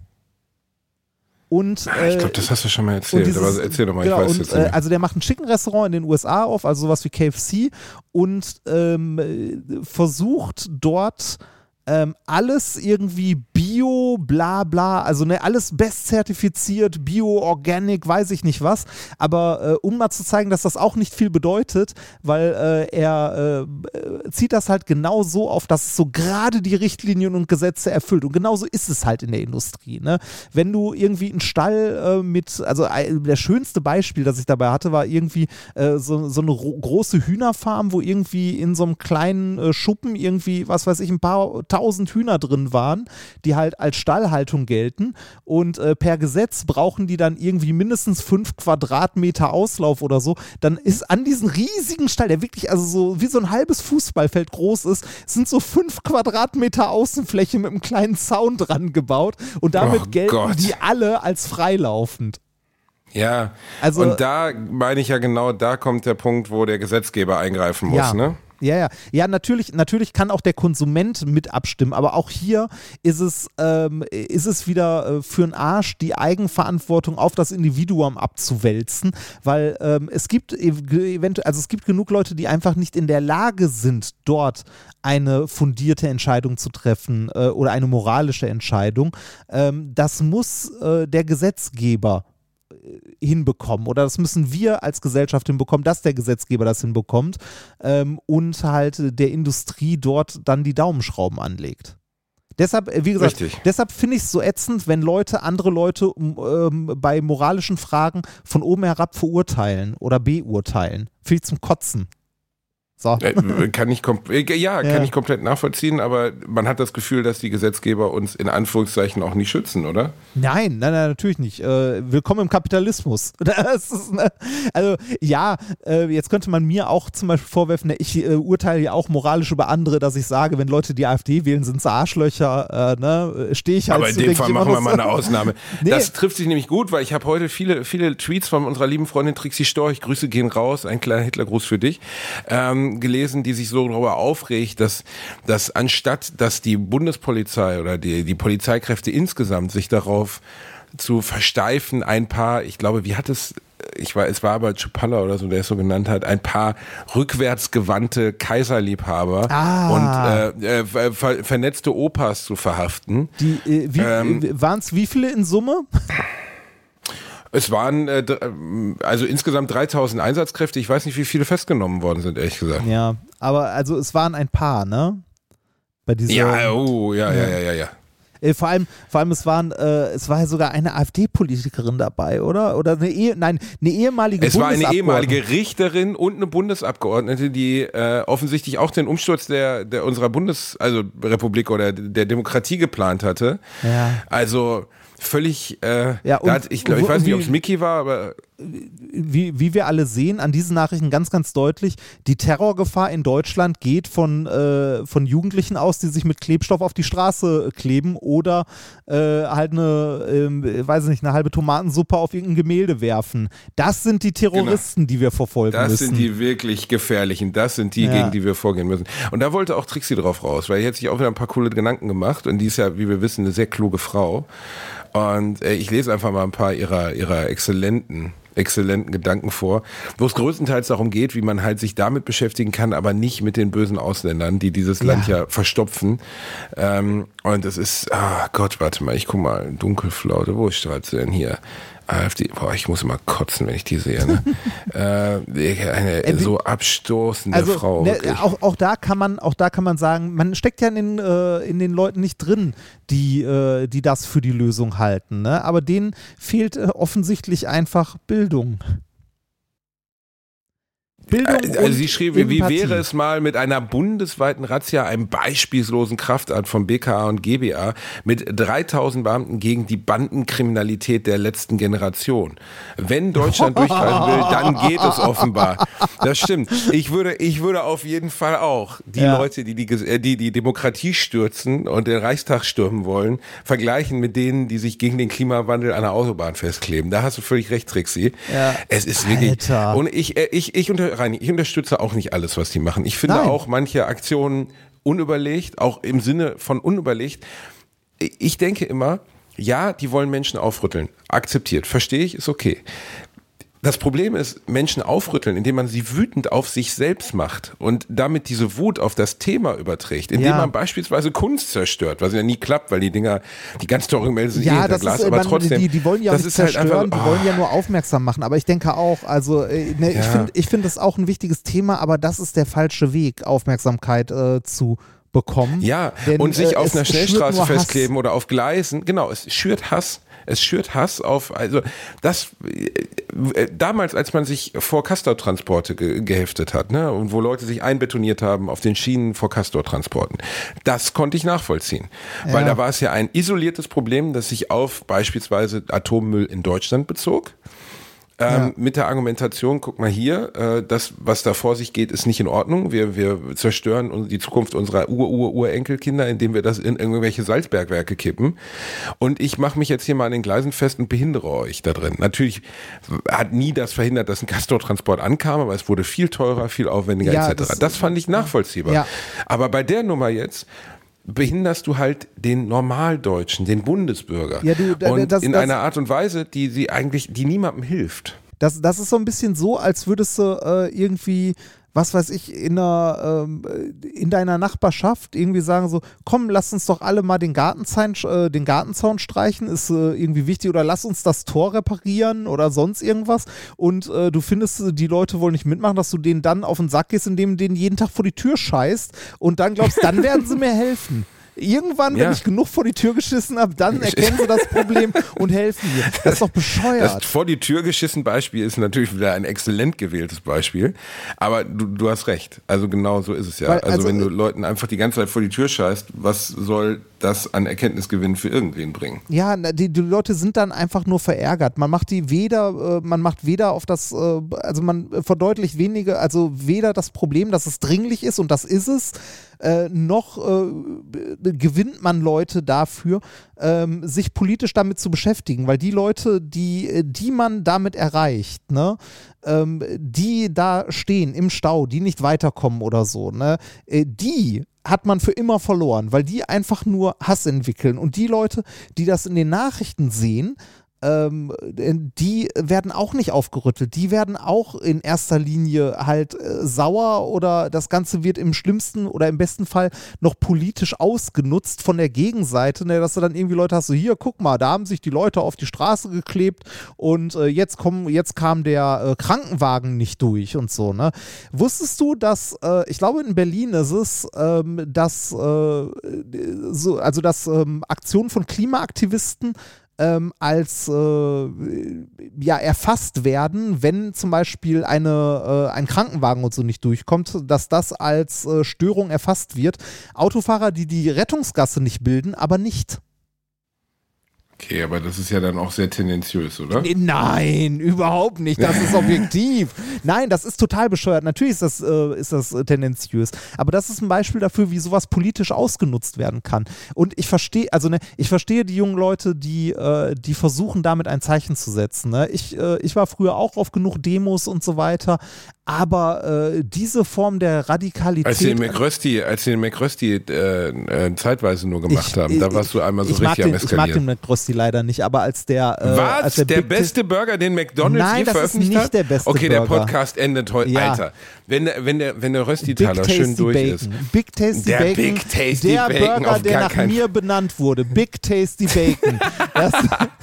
C: Und, äh,
B: ich glaube, das hast du schon mal erzählt, dieses, aber erzähl doch mal, genau, ich weiß
C: und,
B: jetzt nicht.
C: Äh, also der macht ein Chicken-Restaurant in den U S A auf, also sowas wie K F C und ähm, versucht dort Ähm, alles irgendwie Bio, bla bla, also ne, alles bestzertifiziert, Bio, Organic, weiß ich nicht was, aber äh, um mal zu zeigen, dass das auch nicht viel bedeutet, weil äh, er äh, zieht das halt genau so auf, dass es so gerade die Richtlinien und Gesetze erfüllt und genauso ist es halt in der Industrie, ne? Wenn du irgendwie einen Stall äh, mit, also äh, der schönste Beispiel, das ich dabei hatte, war irgendwie äh, so, so eine große Hühnerfarm, wo irgendwie in so einem kleinen äh, Schuppen irgendwie, was weiß ich, ein paar tausend Hühner drin waren, die halt als Stallhaltung gelten und äh, per Gesetz brauchen die dann irgendwie mindestens fünf Quadratmeter Auslauf oder so, dann ist an diesen riesigen Stall, der wirklich also so wie so ein halbes Fußballfeld groß ist, sind so fünf Quadratmeter Außenfläche mit einem kleinen Zaun dran gebaut und damit oh gelten Gott. die alle als freilaufend.
B: Ja, also, und da meine ich ja genau, da kommt der Punkt, wo der Gesetzgeber eingreifen muss,
C: ja.
B: ne?
C: Ja, ja. Ja, natürlich, natürlich kann auch der Konsument mit abstimmen, aber auch hier ist es, ähm, ist es wieder äh, für den Arsch, die Eigenverantwortung auf das Individuum abzuwälzen, weil ähm, es gibt eventuell, also es gibt genug Leute, die einfach nicht in der Lage sind, dort eine fundierte Entscheidung zu treffen äh, oder eine moralische Entscheidung. Ähm, das muss äh, der Gesetzgeber hinbekommen oder das müssen wir als Gesellschaft hinbekommen, dass der Gesetzgeber das hinbekommt ähm, und halt der Industrie dort dann die Daumenschrauben anlegt. Deshalb, wie gesagt, Richtig. deshalb finde ich es so ätzend, wenn Leute andere Leute ähm, bei moralischen Fragen von oben herab verurteilen oder beurteilen. Finde ich zum Kotzen. So.
B: Kann ich kom- ja, kann ja. ich komplett nachvollziehen, aber man hat das Gefühl, dass die Gesetzgeber uns in Anführungszeichen auch nicht schützen, oder?
C: Nein, nein, nein, natürlich nicht. Äh, willkommen im Kapitalismus. Das ist, ne, also ja, äh, jetzt könnte man mir auch zum Beispiel vorwerfen, ne, ich äh, urteile ja auch moralisch über andere, dass ich sage, wenn Leute die AfD wählen, sind es Arschlöcher, äh, ne, stehe ich halt
B: Aber in
C: so,
B: dem Fall machen wir mal eine
C: so.
B: Ausnahme. Nee. Das trifft sich nämlich gut, weil ich habe heute viele, viele Tweets von unserer lieben Freundin Trixie Storch, Grüße gehen raus, ein kleiner Hitlergruß für dich, ähm, gelesen, die sich so darüber aufregt, dass, dass anstatt, dass die Bundespolizei oder die, die Polizeikräfte insgesamt sich darauf zu versteifen, ein paar, ich glaube, wie hat es, ich war, es war aber Chupalla oder so, der es so genannt hat, ein paar rückwärtsgewandte Kaiserliebhaber
C: ah.
B: und äh, äh, ver, vernetzte Opas zu verhaften.
C: Die, äh, wie, ähm, waren es wie viele in Summe?
B: Es waren äh, also insgesamt dreitausend Einsatzkräfte. Ich weiß nicht, wie viele festgenommen worden sind, ehrlich gesagt.
C: Ja, aber also es waren ein paar, ne? Bei dieser,
B: ja, oh, ja, ja, ja, ja, ja.
C: Äh, vor allem, vor allem es waren, äh, es war ja sogar eine AfD-Politikerin dabei, oder? Oder eine Ehe, nein, eine ehemalige
B: Es war eine ehemalige Richterin und eine Bundesabgeordnete, die äh, offensichtlich auch den Umsturz der, der unserer Bundes, also Republik oder der Demokratie geplant hatte.
C: Ja.
B: Also völlig, äh,
C: ja, und,
B: hat, ich, glaub, ich weiß nicht, ob es Mickey war, aber
C: wie, wie wir alle sehen an diesen Nachrichten ganz, ganz deutlich, die Terrorgefahr in Deutschland geht von, äh, von Jugendlichen aus, die sich mit Klebstoff auf die Straße kleben oder äh, halt eine, äh, weiß ich nicht, eine halbe Tomatensuppe auf irgendein Gemälde werfen. Das sind die Terroristen, genau. die wir verfolgen
B: das
C: müssen.
B: Das sind die wirklich gefährlichen, das sind die, ja. gegen die wir vorgehen müssen. Und da wollte auch Trixie drauf raus, weil die hat sich auch wieder ein paar coole Gedanken gemacht und die ist ja, wie wir wissen, eine sehr kluge Frau. Und äh, ich lese einfach mal ein paar ihrer, ihrer exzellenten exzellenten Gedanken vor, wo es größtenteils darum geht, wie man halt sich damit beschäftigen kann, aber nicht mit den bösen Ausländern, die dieses ja. Land ja verstopfen. Ähm, und es ist, ah Gott, warte mal, ich guck mal, Dunkelflaute, wo ist das denn hier? AfD, boah, ich muss immer kotzen, wenn ich die sehe. Ne? äh, eine äh, so abstoßende
C: also,
B: Frau.
C: Ne, auch, auch da kann man, auch da kann man sagen, man steckt ja in den, äh, in den Leuten nicht drin, die, äh, die das für die Lösung halten. Ne? Aber denen fehlt äh, offensichtlich einfach Bildung. Bildung
B: also sie schrieb, wie
C: Empathie.
B: wäre es mal mit einer bundesweiten Razzia, einem beispielslosen Kraftakt von B K A und G B A mit dreitausend Beamten gegen die Bandenkriminalität der letzten Generation. Wenn Deutschland durchgreifen will, dann geht es offenbar. Das stimmt. Ich würde, ich würde auf jeden Fall auch die ja. Leute, die die, die die Demokratie stürzen und den Reichstag stürmen wollen, vergleichen mit denen, die sich gegen den Klimawandel an der Autobahn festkleben. Da hast du völlig recht, Trixi. Ja. Es ist wirklich,
C: Alter.
B: und ich, ich, ich unter Reini, ich unterstütze auch nicht alles, was die machen. Ich finde Nein. auch manche Aktionen unüberlegt, auch im Sinne von unüberlegt. Ich denke immer, ja, die wollen Menschen aufrütteln. Akzeptiert, verstehe ich, ist okay. Das Problem ist, Menschen aufrütteln, indem man sie wütend auf sich selbst macht und damit diese Wut auf das Thema überträgt, indem ja. man beispielsweise Kunst zerstört, was ja nie klappt, weil die Dinger, die ganz teuren Gemälde sind ja, eh hinter Glas, ist, aber man, trotzdem.
C: Die, die wollen ja
B: das
C: nicht zerstören,
B: halt einfach, oh.
C: die wollen ja nur aufmerksam machen, aber ich denke auch, also ne, ja. ich finde ich find das auch ein wichtiges Thema, aber das ist der falsche Weg, Aufmerksamkeit äh, zu bekommen.
B: Ja,
C: Denn,
B: und sich
C: äh,
B: auf einer Schnellstraße festkleben
C: Hass.
B: oder auf Gleisen, genau, es schürt Hass. Es schürt Hass auf, also das, äh, damals, als man sich vor Castortransporte ge- geheftet hat, ne, und wo Leute sich einbetoniert haben auf den Schienen vor Castortransporten, das konnte ich nachvollziehen. Ja. Weil da war es ja ein isoliertes Problem, das sich auf beispielsweise Atommüll in Deutschland bezog. Ähm, ja. Mit der Argumentation, guck mal hier, äh, das, was da vor sich geht, ist nicht in Ordnung. Wir, wir zerstören die Zukunft unserer Ur-Ur-Urenkelkinder, indem wir das in irgendwelche Salzbergwerke kippen. Und ich mache mich jetzt hier mal an den Gleisen fest und behindere euch da drin. Natürlich hat nie das verhindert, dass ein Castortransport ankam, aber es wurde viel teurer, viel aufwendiger ja, et cetera. Das, das fand ich nachvollziehbar. Ja. Aber bei der Nummer jetzt behinderst du halt den Normaldeutschen, den Bundesbürger. Ja, du, da, und das, in das, einer Art und Weise, die sie eigentlich, die niemandem hilft.
C: Das, das ist so ein bisschen so, als würdest du äh, irgendwie, was weiß ich, in, einer, ähm, in deiner Nachbarschaft irgendwie sagen so, komm, lass uns doch alle mal den Gartenzaun, äh, den Gartenzaun streichen, ist äh, irgendwie wichtig, oder lass uns das Tor reparieren oder sonst irgendwas, und äh, du findest, die Leute wollen nicht mitmachen, dass du denen dann auf den Sack gehst, indem du denen jeden Tag vor die Tür scheißt und dann glaubst, dann werden sie mir helfen. Irgendwann, ja. wenn ich genug vor die Tür geschissen habe, dann erkennen sie das Problem und helfen mir. Das ist doch bescheuert.
B: Das vor die Tür geschissen Beispiel ist natürlich wieder ein exzellent gewähltes Beispiel, aber du, du hast recht. Also genau so ist es ja. Weil, also, also wenn du Leuten einfach die ganze Zeit vor die Tür scheißt, was soll das an Erkenntnisgewinn für irgendwen bringen?
C: Ja, die, die Leute sind dann einfach nur verärgert. Man macht die weder, man macht weder auf das, also man verdeutlicht weniger, also weder das Problem, dass es dringlich ist, und das ist es, Äh, noch äh, gewinnt man Leute dafür, ähm, sich politisch damit zu beschäftigen, weil die Leute, die, die man damit erreicht, ne, ähm, die da stehen im Stau, die nicht weiterkommen oder so, ne, äh, die hat man für immer verloren, weil die einfach nur Hass entwickeln, und die Leute, die das in den Nachrichten sehen, Ähm, die werden auch nicht aufgerüttelt, die werden auch in erster Linie halt äh, sauer, oder das Ganze wird im schlimmsten oder im besten Fall noch politisch ausgenutzt von der Gegenseite, ne, dass du dann irgendwie Leute hast, so hier, guck mal, da haben sich die Leute auf die Straße geklebt und äh, jetzt, komm, jetzt kam der äh, Krankenwagen nicht durch und so, ne. Wusstest du, dass, äh, ich glaube in Berlin ist es, ähm, dass, äh, so, also dass ähm, Aktionen von Klimaaktivisten Ähm, als äh, ja, erfasst werden, wenn zum Beispiel eine, äh, ein Krankenwagen und so nicht durchkommt, dass das als äh, Störung erfasst wird. Autofahrer, die die Rettungsgasse nicht bilden, aber nicht.
B: Okay, aber das ist ja dann auch sehr tendenziös, oder?
C: Nein, überhaupt nicht. Das ist objektiv. Nein, das ist total bescheuert. Natürlich ist das, äh, ist das äh, tendenziös. Aber das ist ein Beispiel dafür, wie sowas politisch ausgenutzt werden kann. Und ich verstehe, also ne, ich verstehe die jungen Leute, die, äh, die versuchen, damit ein Zeichen zu setzen. Ne? Ich, äh, ich war früher auch auf genug Demos und so weiter. Aber äh, diese Form der Radikalität.
B: Als sie den McRösti, als sie den McRösti äh, äh, zeitweise nur gemacht ich, haben, da warst du einmal so richtig
C: den,
B: am Eskalieren.
C: Ich mag den McRösti leider nicht, aber als der. Äh,
B: Was?
C: Als der,
B: der beste Burger, den McDonald's
C: Nein,
B: je veröffentlicht hat?
C: Nein, das ist nicht der beste
B: okay,
C: Burger.
B: Okay, der Podcast endet heute. Ja. Alter, wenn der, wenn der, wenn der Rösti-Taler schön durch
C: Bacon.
B: ist.
C: Big Tasty
B: der
C: Bacon.
B: Big Tasty
C: der
B: Bacon
C: Burger,
B: auf
C: der
B: gar
C: nach
B: kein
C: mir benannt wurde. Big Tasty Bacon. Das,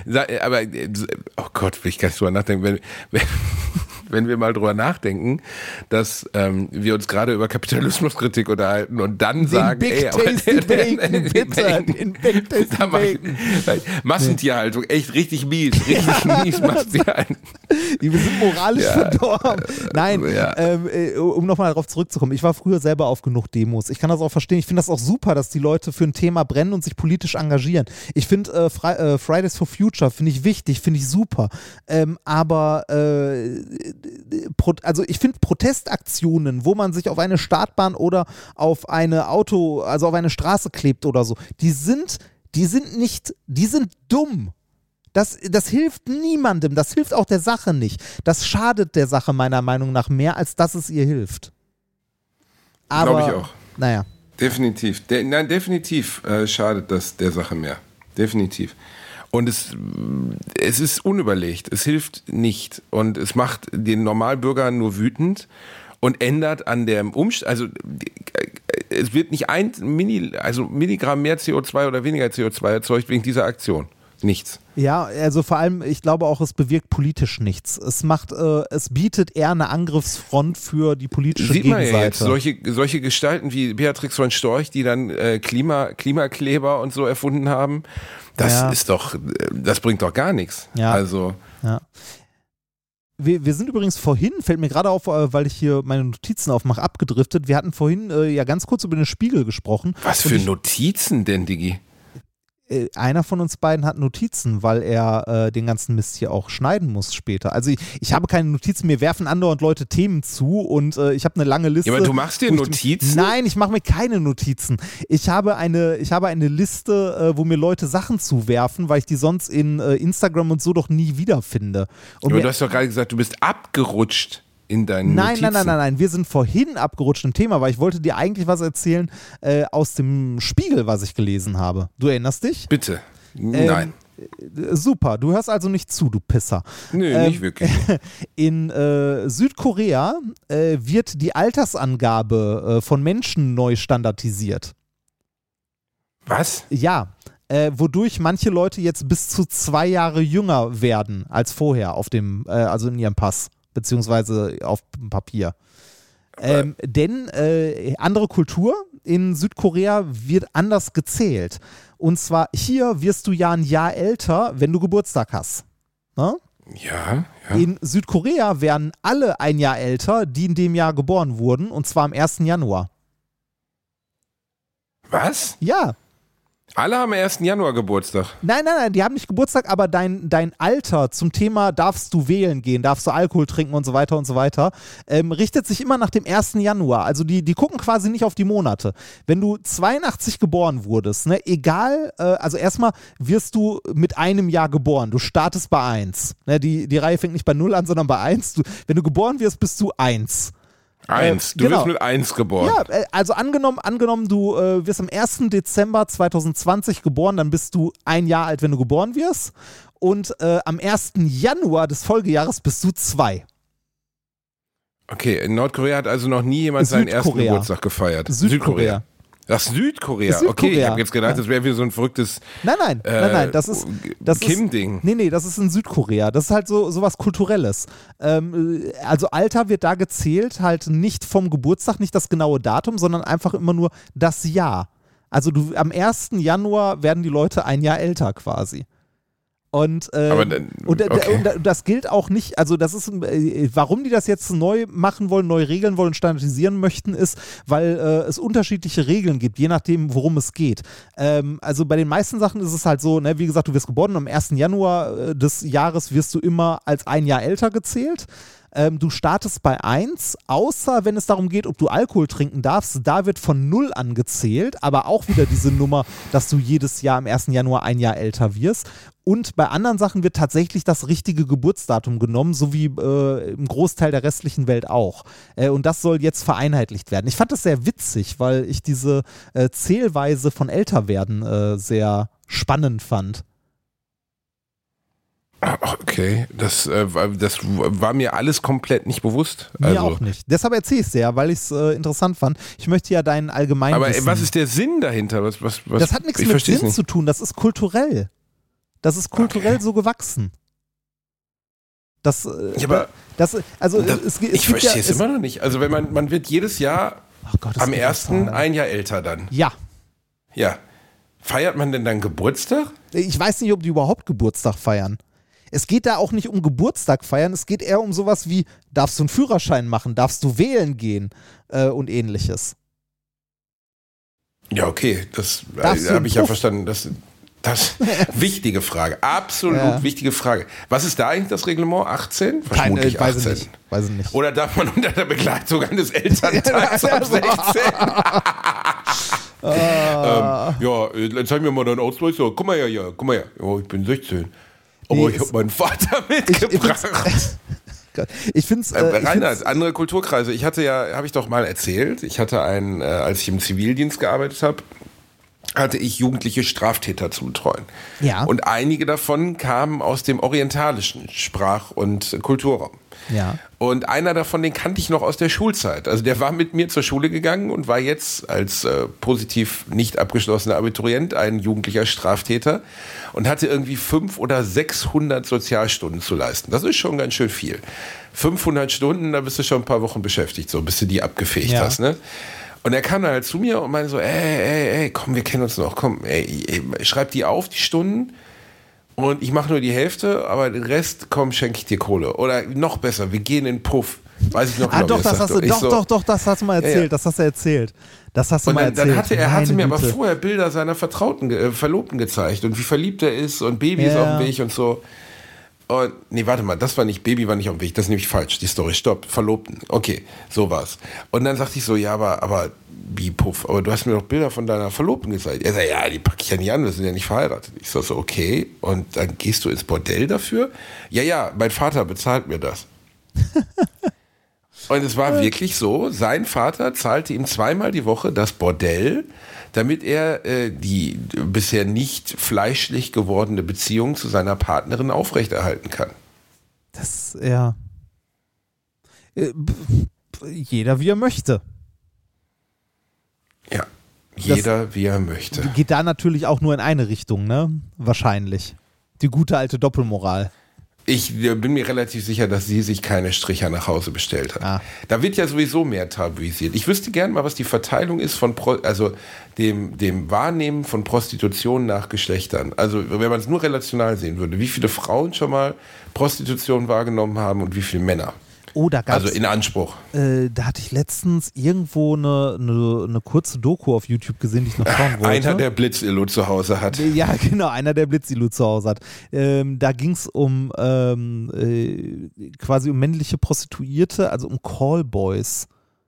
B: aber, oh Gott, will ich gar nicht drüber nachdenken, wenn, wenn wenn wir mal drüber nachdenken, dass ähm, wir uns gerade über Kapitalismuskritik unterhalten und dann den sagen,
C: Big
B: ey,
C: Tasty Bacon, bitte, den Big Tasty Bacon.
B: Massentierhaltung, echt richtig mies, richtig ja. mies Massentierhaltung.
C: Wir sind moralisch ja. verdorben. Nein, ja. ähm, um nochmal darauf zurückzukommen, ich war früher selber auf genug Demos. Ich kann das auch verstehen. Ich finde das auch super, dass die Leute für ein Thema brennen und sich politisch engagieren. Ich finde äh, Fri- äh, Fridays for Future finde ich wichtig, finde ich super. Ähm, aber äh, also ich finde Protestaktionen, wo man sich auf eine Startbahn oder auf eine Auto, also auf eine Straße klebt oder so, die sind, die sind nicht, die sind dumm. Das, das hilft niemandem, das hilft auch der Sache nicht. Das schadet der Sache meiner Meinung nach mehr, als dass es ihr hilft. Aber,
B: glaube ich auch.
C: Naja.
B: Definitiv. De- nein, definitiv äh, schadet das der Sache mehr. Definitiv. Und es, es ist unüberlegt, es hilft nicht und es macht den Normalbürger nur wütend und ändert an dem Umstand, also es wird nicht ein Mini, also Milligramm mehr C O zwei oder weniger C O zwei erzeugt wegen dieser Aktion. Nichts.
C: Ja, also vor allem, ich glaube auch, es bewirkt politisch nichts. Es macht, äh, es bietet eher eine Angriffsfront für die politische
B: Sieht
C: Gegenseite.
B: Sieht man ja jetzt, solche, solche Gestalten wie Beatrix von Storch, die dann äh, Klima, Klimakleber und so erfunden haben, das ja. ist doch, das bringt doch gar nichts.
C: Ja.
B: Also.
C: Ja. Wir, wir sind übrigens vorhin, fällt mir gerade auf, weil ich hier meine Notizen aufmache, abgedriftet. Wir hatten vorhin äh, ja ganz kurz über den Spiegel gesprochen.
B: Was für ich, Notizen denn, Digi?
C: Einer von uns beiden hat Notizen, weil er äh, den ganzen Mist hier auch schneiden muss später. Also ich, ich habe keine Notizen, mir werfen andauernd Leute Themen zu und äh, ich habe eine lange Liste.
B: Ja, aber du machst dir Notizen?
C: Ich, nein, ich mache mir keine Notizen. Ich habe eine, ich habe eine Liste, äh, wo mir Leute Sachen zuwerfen, weil ich die sonst in äh, Instagram und so doch nie wiederfinde. Und
B: aber
C: mir,
B: du hast doch gerade gesagt, du bist abgerutscht. In deinen
C: nein,
B: Notizen.
C: nein, nein, nein, nein. Wir sind vorhin abgerutscht im Thema, weil ich wollte dir eigentlich was erzählen äh, aus dem Spiegel, was ich gelesen habe. Du erinnerst dich?
B: Bitte. Nein.
C: Ähm, super, du hörst also nicht zu, du Pisser.
B: Nö, ähm, nicht wirklich.
C: In äh, Südkorea äh, wird die Altersangabe äh, von Menschen neu standardisiert.
B: Was?
C: Ja, äh, wodurch manche Leute jetzt bis zu zwei Jahre jünger werden als vorher auf dem, äh, also in ihrem Pass. Beziehungsweise auf dem Papier. Ähm, denn äh, andere Kultur in Südkorea wird anders gezählt. Und zwar hier wirst du ja ein Jahr älter, wenn du Geburtstag hast. Ne?
B: Ja, ja.
C: In Südkorea werden alle ein Jahr älter, die in dem Jahr geboren wurden, und zwar am ersten Januar.
B: Was?
C: Ja.
B: Alle haben am ersten Januar Geburtstag.
C: Nein, nein, nein, die haben nicht Geburtstag, aber dein, dein Alter zum Thema darfst du wählen gehen, darfst du Alkohol trinken und so weiter und so weiter, ähm, richtet sich immer nach dem ersten Januar. Also die, die gucken quasi nicht auf die Monate. Wenn du zweiundachtzig geboren wurdest, ne, egal, äh, also erstmal wirst du mit einem Jahr geboren. Du startest bei eins. Ne, die, die Reihe fängt nicht bei null an, sondern bei eins. Du, wenn du geboren wirst, bist du eins.
B: Eins.
C: Äh,
B: du
C: genau.
B: wirst mit eins geboren.
C: Ja, also angenommen, angenommen du äh, wirst am ersten Dezember zweitausendzwanzig geboren, dann bist du ein Jahr alt, wenn du geboren wirst. Und äh, am ersten Januar des Folgejahres bist du zwei.
B: Okay, in Nordkorea hat also noch nie jemand seinen ersten Geburtstag gefeiert.
C: Südkorea.
B: Südkorea. Ach, Südkorea.
C: Südkorea.
B: Okay, ich habe jetzt gedacht, das wäre wie so ein verrücktes
C: Nein, nein,
B: äh,
C: nein, nein, das ist das
B: Kim-Ding.
C: Nee, nee, das ist in Südkorea. Das ist halt so sowas Kulturelles. Ähm, also Alter wird da gezählt, halt nicht vom Geburtstag, nicht das genaue Datum, sondern einfach immer nur das Jahr. Also du, am ersten Januar werden die Leute ein Jahr älter quasi. Und, ähm,
B: dann,
C: und,
B: okay.
C: und das gilt auch nicht, also das ist, äh, warum die das jetzt neu machen wollen, neu regeln wollen, standardisieren möchten, ist, weil äh, es unterschiedliche Regeln gibt, je nachdem, worum es geht. Ähm, also bei den meisten Sachen ist es halt so, ne, wie gesagt, du wirst geboren, am ersten Januar äh, des Jahres wirst du immer als ein Jahr älter gezählt. Ähm, du startest bei eins, außer wenn es darum geht, ob du Alkohol trinken darfst, da wird von null angezählt, aber auch wieder diese Nummer, dass du jedes Jahr am ersten Januar ein Jahr älter wirst. Und bei anderen Sachen wird tatsächlich das richtige Geburtsdatum genommen, so wie äh, im Großteil der restlichen Welt auch. Äh, und das soll jetzt vereinheitlicht werden. Ich fand das sehr witzig, weil ich diese äh, Zählweise von Älterwerden äh, sehr spannend fand.
B: Okay, das, äh, das war mir alles komplett nicht bewusst.
C: Mir
B: also.
C: auch nicht. Deshalb erzähle ich es ja, weil ich es äh, interessant fand. Ich möchte ja deinen allgemeinen
B: Aber
C: Wissen.
B: was ist der Sinn dahinter? Was, was, was,
C: das hat nichts mit Sinn nicht. zu tun, das ist kulturell. Das ist kulturell okay. so gewachsen. Das,
B: ja, aber
C: das, also
B: das,
C: es, es,
B: ich verstehe
C: ja,
B: es immer noch nicht. Also wenn man, man wird jedes Jahr
C: oh Gott,
B: am ersten ein Jahr älter dann.
C: Ja.
B: Ja. Feiert man denn dann Geburtstag?
C: Ich weiß nicht, ob die überhaupt Geburtstag feiern. Es geht da auch nicht um Geburtstag feiern, es geht eher um sowas wie, darfst du einen Führerschein machen, darfst du wählen gehen äh, und ähnliches.
B: Ja, okay, das äh, habe ich ja verstanden. Das Das wichtige Frage, absolut ja. wichtige Frage. Was ist da eigentlich das Reglement? achtzehn? Vermutlich
C: Keine, weiß
B: achtzehn.
C: Ich nicht, weiß ich nicht.
B: Oder darf man unter der Begleitung eines Elternteils ab sechzehn? ähm, ja, dann zeig mir mal deinen Ausweis. Ja, guck mal her, ja, guck mal her. Ja, ich bin sechzehn. Aber nee, ich habe meinen Vater mitgebracht.
C: Ich finde es. Äh,
B: äh, Reinhard, andere Kulturkreise. Ich hatte ja, habe ich doch mal erzählt, ich hatte einen, äh, als ich im Zivildienst gearbeitet habe, hatte ich jugendliche Straftäter zu betreuen.
C: Ja.
B: Und einige davon kamen aus dem orientalischen Sprach- und Kulturraum.
C: Ja.
B: Und einer davon, den kannte ich noch aus der Schulzeit. Also der war mit mir zur Schule gegangen und war jetzt als äh, positiv nicht abgeschlossener Abiturient ein jugendlicher Straftäter und hatte irgendwie fünf oder sechshundert Sozialstunden zu leisten. Das ist schon ganz schön viel. fünfhundert Stunden, da bist du schon ein paar Wochen beschäftigt, so bis du die abgefegt ja. hast, ne? Und er kam dann halt zu mir und meinte so, ey, ey, ey, komm, wir kennen uns noch, komm, ey, ey schreib die auf, die Stunden, und ich mache nur die Hälfte, aber den Rest, komm, schenke ich dir Kohle. Oder noch besser, wir gehen in den Puff. Weiß ich noch
C: ah,
B: genau,
C: doch, das hast du, doch, so, doch, doch, das hast du mal erzählt, ja, ja. das hast du erzählt. Das hast du
B: und
C: mal
B: dann,
C: erzählt.
B: Dann hatte, er
C: Meine
B: hatte mir
C: Güte.
B: aber vorher Bilder seiner Vertrauten, äh, Verlobten gezeigt und wie verliebt er ist und Baby ist
C: ja.
B: auf dem Weg und so. Und, nee, warte mal, das war nicht, Baby war nicht auf dem Weg, das ist nämlich falsch, die Story, stopp, Verlobten, okay, so war's. Und dann sagte ich so, ja, aber, aber, wie Puff, aber du hast mir doch Bilder von deiner Verlobten gezeigt. Er sagt, ja, die packe ich ja nicht an, wir sind ja nicht verheiratet. Ich so, so, okay, und dann gehst du ins Bordell dafür? Ja, ja, mein Vater bezahlt mir das. Und es war wirklich so, sein Vater zahlte ihm zweimal die Woche das Bordell, damit er äh, die bisher nicht fleischlich gewordene Beziehung zu seiner Partnerin aufrechterhalten kann.
C: Das, ja. Äh, jeder wie er möchte.
B: Ja, jeder das wie er möchte.
C: Geht da natürlich auch nur in eine Richtung, ne? Wahrscheinlich. Die gute alte Doppelmoral.
B: Ich bin mir relativ sicher, dass sie sich keine Stricher nach Hause bestellt hat.
C: Ah.
B: Da wird ja sowieso mehr tabuisiert. Ich wüsste gerne mal, was die Verteilung ist von Pro, also dem, dem Wahrnehmen von Prostitution nach Geschlechtern. Also wenn man es nur relational sehen würde, wie viele Frauen schon mal Prostitution wahrgenommen haben und wie viele Männer.
C: Oh, da gab's,
B: also in Anspruch.
C: Äh, da hatte ich letztens irgendwo eine, eine, eine kurze Doku auf YouTube gesehen, die ich noch schauen wollte.
B: Einer, der Blitz-Illu zu Hause hat.
C: Ja, genau, einer, der Blitz-Illu zu Hause hat. Ähm, da ging es um ähm, äh, quasi um männliche Prostituierte, also um Callboys.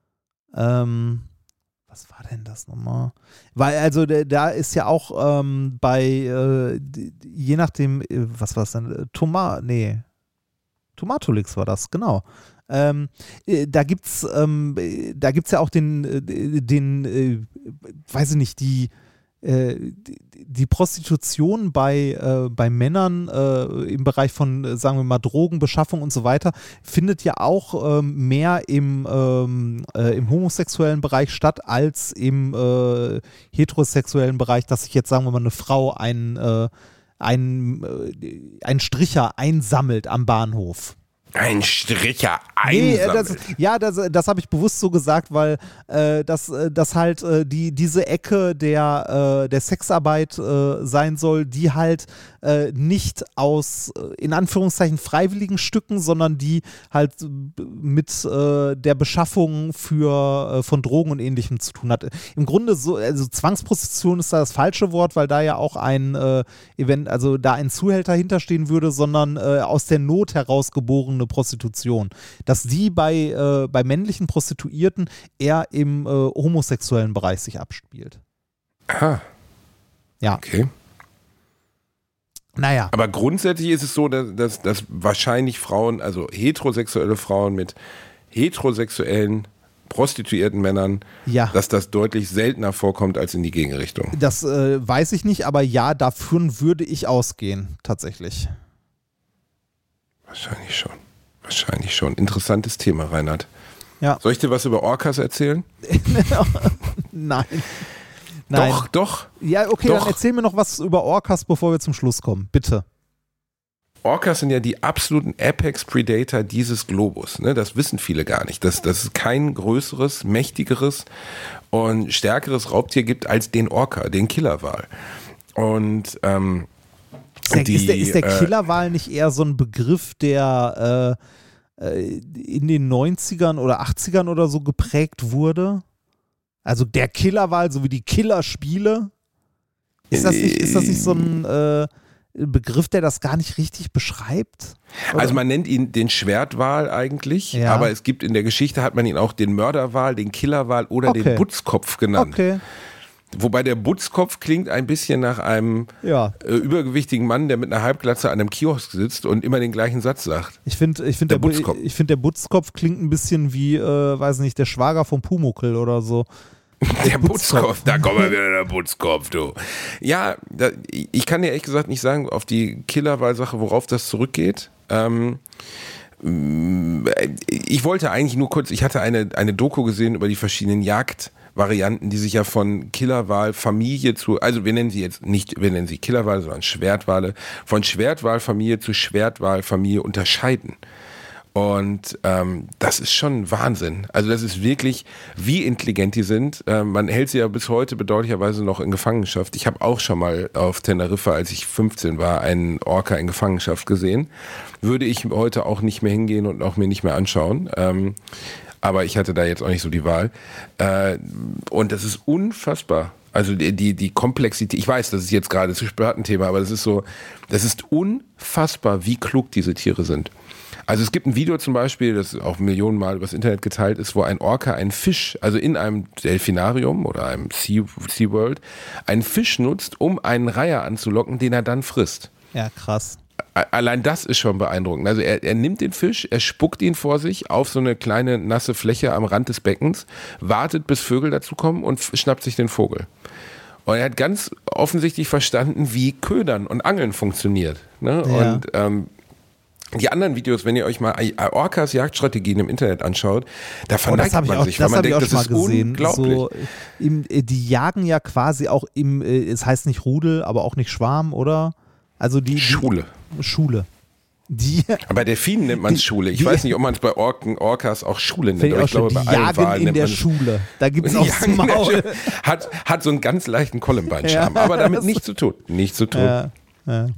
C: Ähm, was war denn das nochmal? Weil, also da ist ja auch ähm, bei, äh, je nachdem, was war es denn? Toma, nee. Tomatolix war das, genau. Ähm, äh, da gibt's, ähm, da gibt's ja auch den, äh, den, äh, weiß ich nicht, die, äh, die, die Prostitution bei, äh, bei Männern äh, im Bereich von, äh, sagen wir mal, Drogenbeschaffung und so weiter, findet ja auch ähm, mehr im, ähm, äh, im homosexuellen Bereich statt, als im äh, heterosexuellen Bereich, dass sich jetzt, sagen wir mal, eine Frau einen, äh, einen, äh, einen Stricher einsammelt am Bahnhof.
B: Ein Stricher einsammelt.
C: Nee, das, ja, das, das habe ich bewusst so gesagt, weil äh, das, das halt äh, die, diese Ecke der, äh, der Sexarbeit äh, sein soll, die halt äh, nicht aus, in Anführungszeichen, freiwilligen Stücken, sondern die halt mit äh, der Beschaffung für, äh, von Drogen und Ähnlichem zu tun hat. Im Grunde so, also Zwangsprostitution ist da das falsche Wort, weil da ja auch ein äh, Event, also da ein Zuhälter hinterstehen würde, sondern äh, aus der Not herausgeborene Prostitution. Dass die bei, äh, bei männlichen Prostituierten eher im äh, homosexuellen Bereich sich abspielt.
B: Aha.
C: Ja.
B: Okay.
C: Naja.
B: Aber grundsätzlich ist es so, dass, dass, dass wahrscheinlich Frauen, also heterosexuelle Frauen mit heterosexuellen prostituierten Männern,
C: ja.
B: dass das deutlich seltener vorkommt als in die Gegenrichtung.
C: Das äh, weiß ich nicht, aber ja, davon würde ich ausgehen, tatsächlich.
B: Wahrscheinlich schon. Wahrscheinlich schon. Interessantes Thema, Reinhard.
C: Ja.
B: Soll ich dir was über Orcas erzählen?
C: Nein. Nein.
B: Doch, doch.
C: Ja, okay,
B: doch.
C: Dann erzähl mir noch was über Orcas, bevor wir zum Schluss kommen. Bitte.
B: Orcas sind ja die absoluten Apex-Predator dieses Globus. Ne? Das wissen viele gar nicht. Dass, dass es kein größeres, mächtigeres und stärkeres Raubtier gibt als den Orca, den Killerwal. Und ähm,
C: ist der,
B: die,
C: ist der, ist der
B: äh,
C: Killerwal nicht eher so ein Begriff, der äh, in den neunzigern oder achtzigern oder so geprägt wurde? Also der Killerwal, so wie die Killerspiele? Ist das nicht, ist das nicht so ein äh, Begriff, der das gar nicht richtig beschreibt? Oder?
B: Also man nennt ihn den Schwertwal eigentlich,
C: ja.
B: aber es gibt in der Geschichte, hat man ihn auch den Mörderwal, den Killerwal oder
C: okay.
B: den Butzkopf genannt.
C: Okay.
B: Wobei der Butzkopf klingt ein bisschen nach einem
C: ja.
B: äh, übergewichtigen Mann, der mit einer Halbglatze an einem Kiosk sitzt und immer den gleichen Satz sagt.
C: Ich finde, ich find der, der, Butzkopf. Ich find, der Butzkopf klingt ein bisschen wie, äh, weiß nicht, der Schwager vom Pumuckl oder so.
B: Der Butzkopf, da kommt mal wieder der Butzkopf, du. Ja, da, ich kann dir ehrlich gesagt nicht sagen, auf die Killerwahl-Sache, worauf das zurückgeht. Ähm, ich wollte eigentlich nur kurz, ich hatte eine, eine Doku gesehen über die verschiedenen Jagdvarianten, die sich ja von Killerwahl-Familie zu, also wir nennen sie jetzt nicht, wir nennen sie Killerwahl, sondern Schwertwale, von Schwertwahl-Familie zu Schwertwahl-Familie unterscheiden. Und ähm, das ist schon Wahnsinn. Also das ist wirklich, wie intelligent die sind. Ähm, man hält sie ja bis heute bedauerlicherweise noch in Gefangenschaft. Ich habe auch schon mal auf Teneriffa, als ich fünfzehn war, einen Orca in Gefangenschaft gesehen. Würde ich heute auch nicht mehr hingehen und auch mir nicht mehr anschauen. Ähm, aber ich hatte da jetzt auch nicht so die Wahl. Äh, und das ist unfassbar. Also die, die, die Komplexität, ich weiß, das ist jetzt gerade zu spät ein Thema, aber das ist so, das ist unfassbar, wie klug diese Tiere sind. Also es gibt ein Video zum Beispiel, das auch millionenmal übers Internet geteilt ist, wo ein Orca einen Fisch, also in einem Delfinarium oder einem Sea, SeaWorld, einen Fisch nutzt, um einen Reiher anzulocken, den er dann frisst.
C: Ja, krass.
B: Allein das ist schon beeindruckend. Also er, er nimmt den Fisch, er spuckt ihn vor sich auf so eine kleine nasse Fläche am Rand des Beckens, wartet, bis Vögel dazu kommen und schnappt sich den Vogel. Und er hat ganz offensichtlich verstanden, wie Ködern und Angeln funktioniert. Ne?
C: Ja.
B: Und ähm, die anderen Videos, wenn ihr euch mal Orcas Jagdstrategien im Internet anschaut, da verneigt
C: oh,
B: man
C: auch,
B: sich, weil man denkt, das ist gesehen. unglaublich.
C: So, im, die jagen ja quasi auch im, es heißt nicht Rudel, aber auch nicht Schwarm, oder? Also die, die
B: Schule.
C: Schule. Die,
B: aber Delfinen nennt man es Schule. Ich die, weiß nicht, ob man es bei Orken, Orcas auch Schule nennt. Aber ich glaube, bei allen Wahlen nennt man es
C: Schule. Da gibt es auch das Maul.
B: Hat, hat so einen ganz leichten Kollenbeinscham, ja, aber damit nichts zu tun. Nichts zu tun.
C: Ja, ja.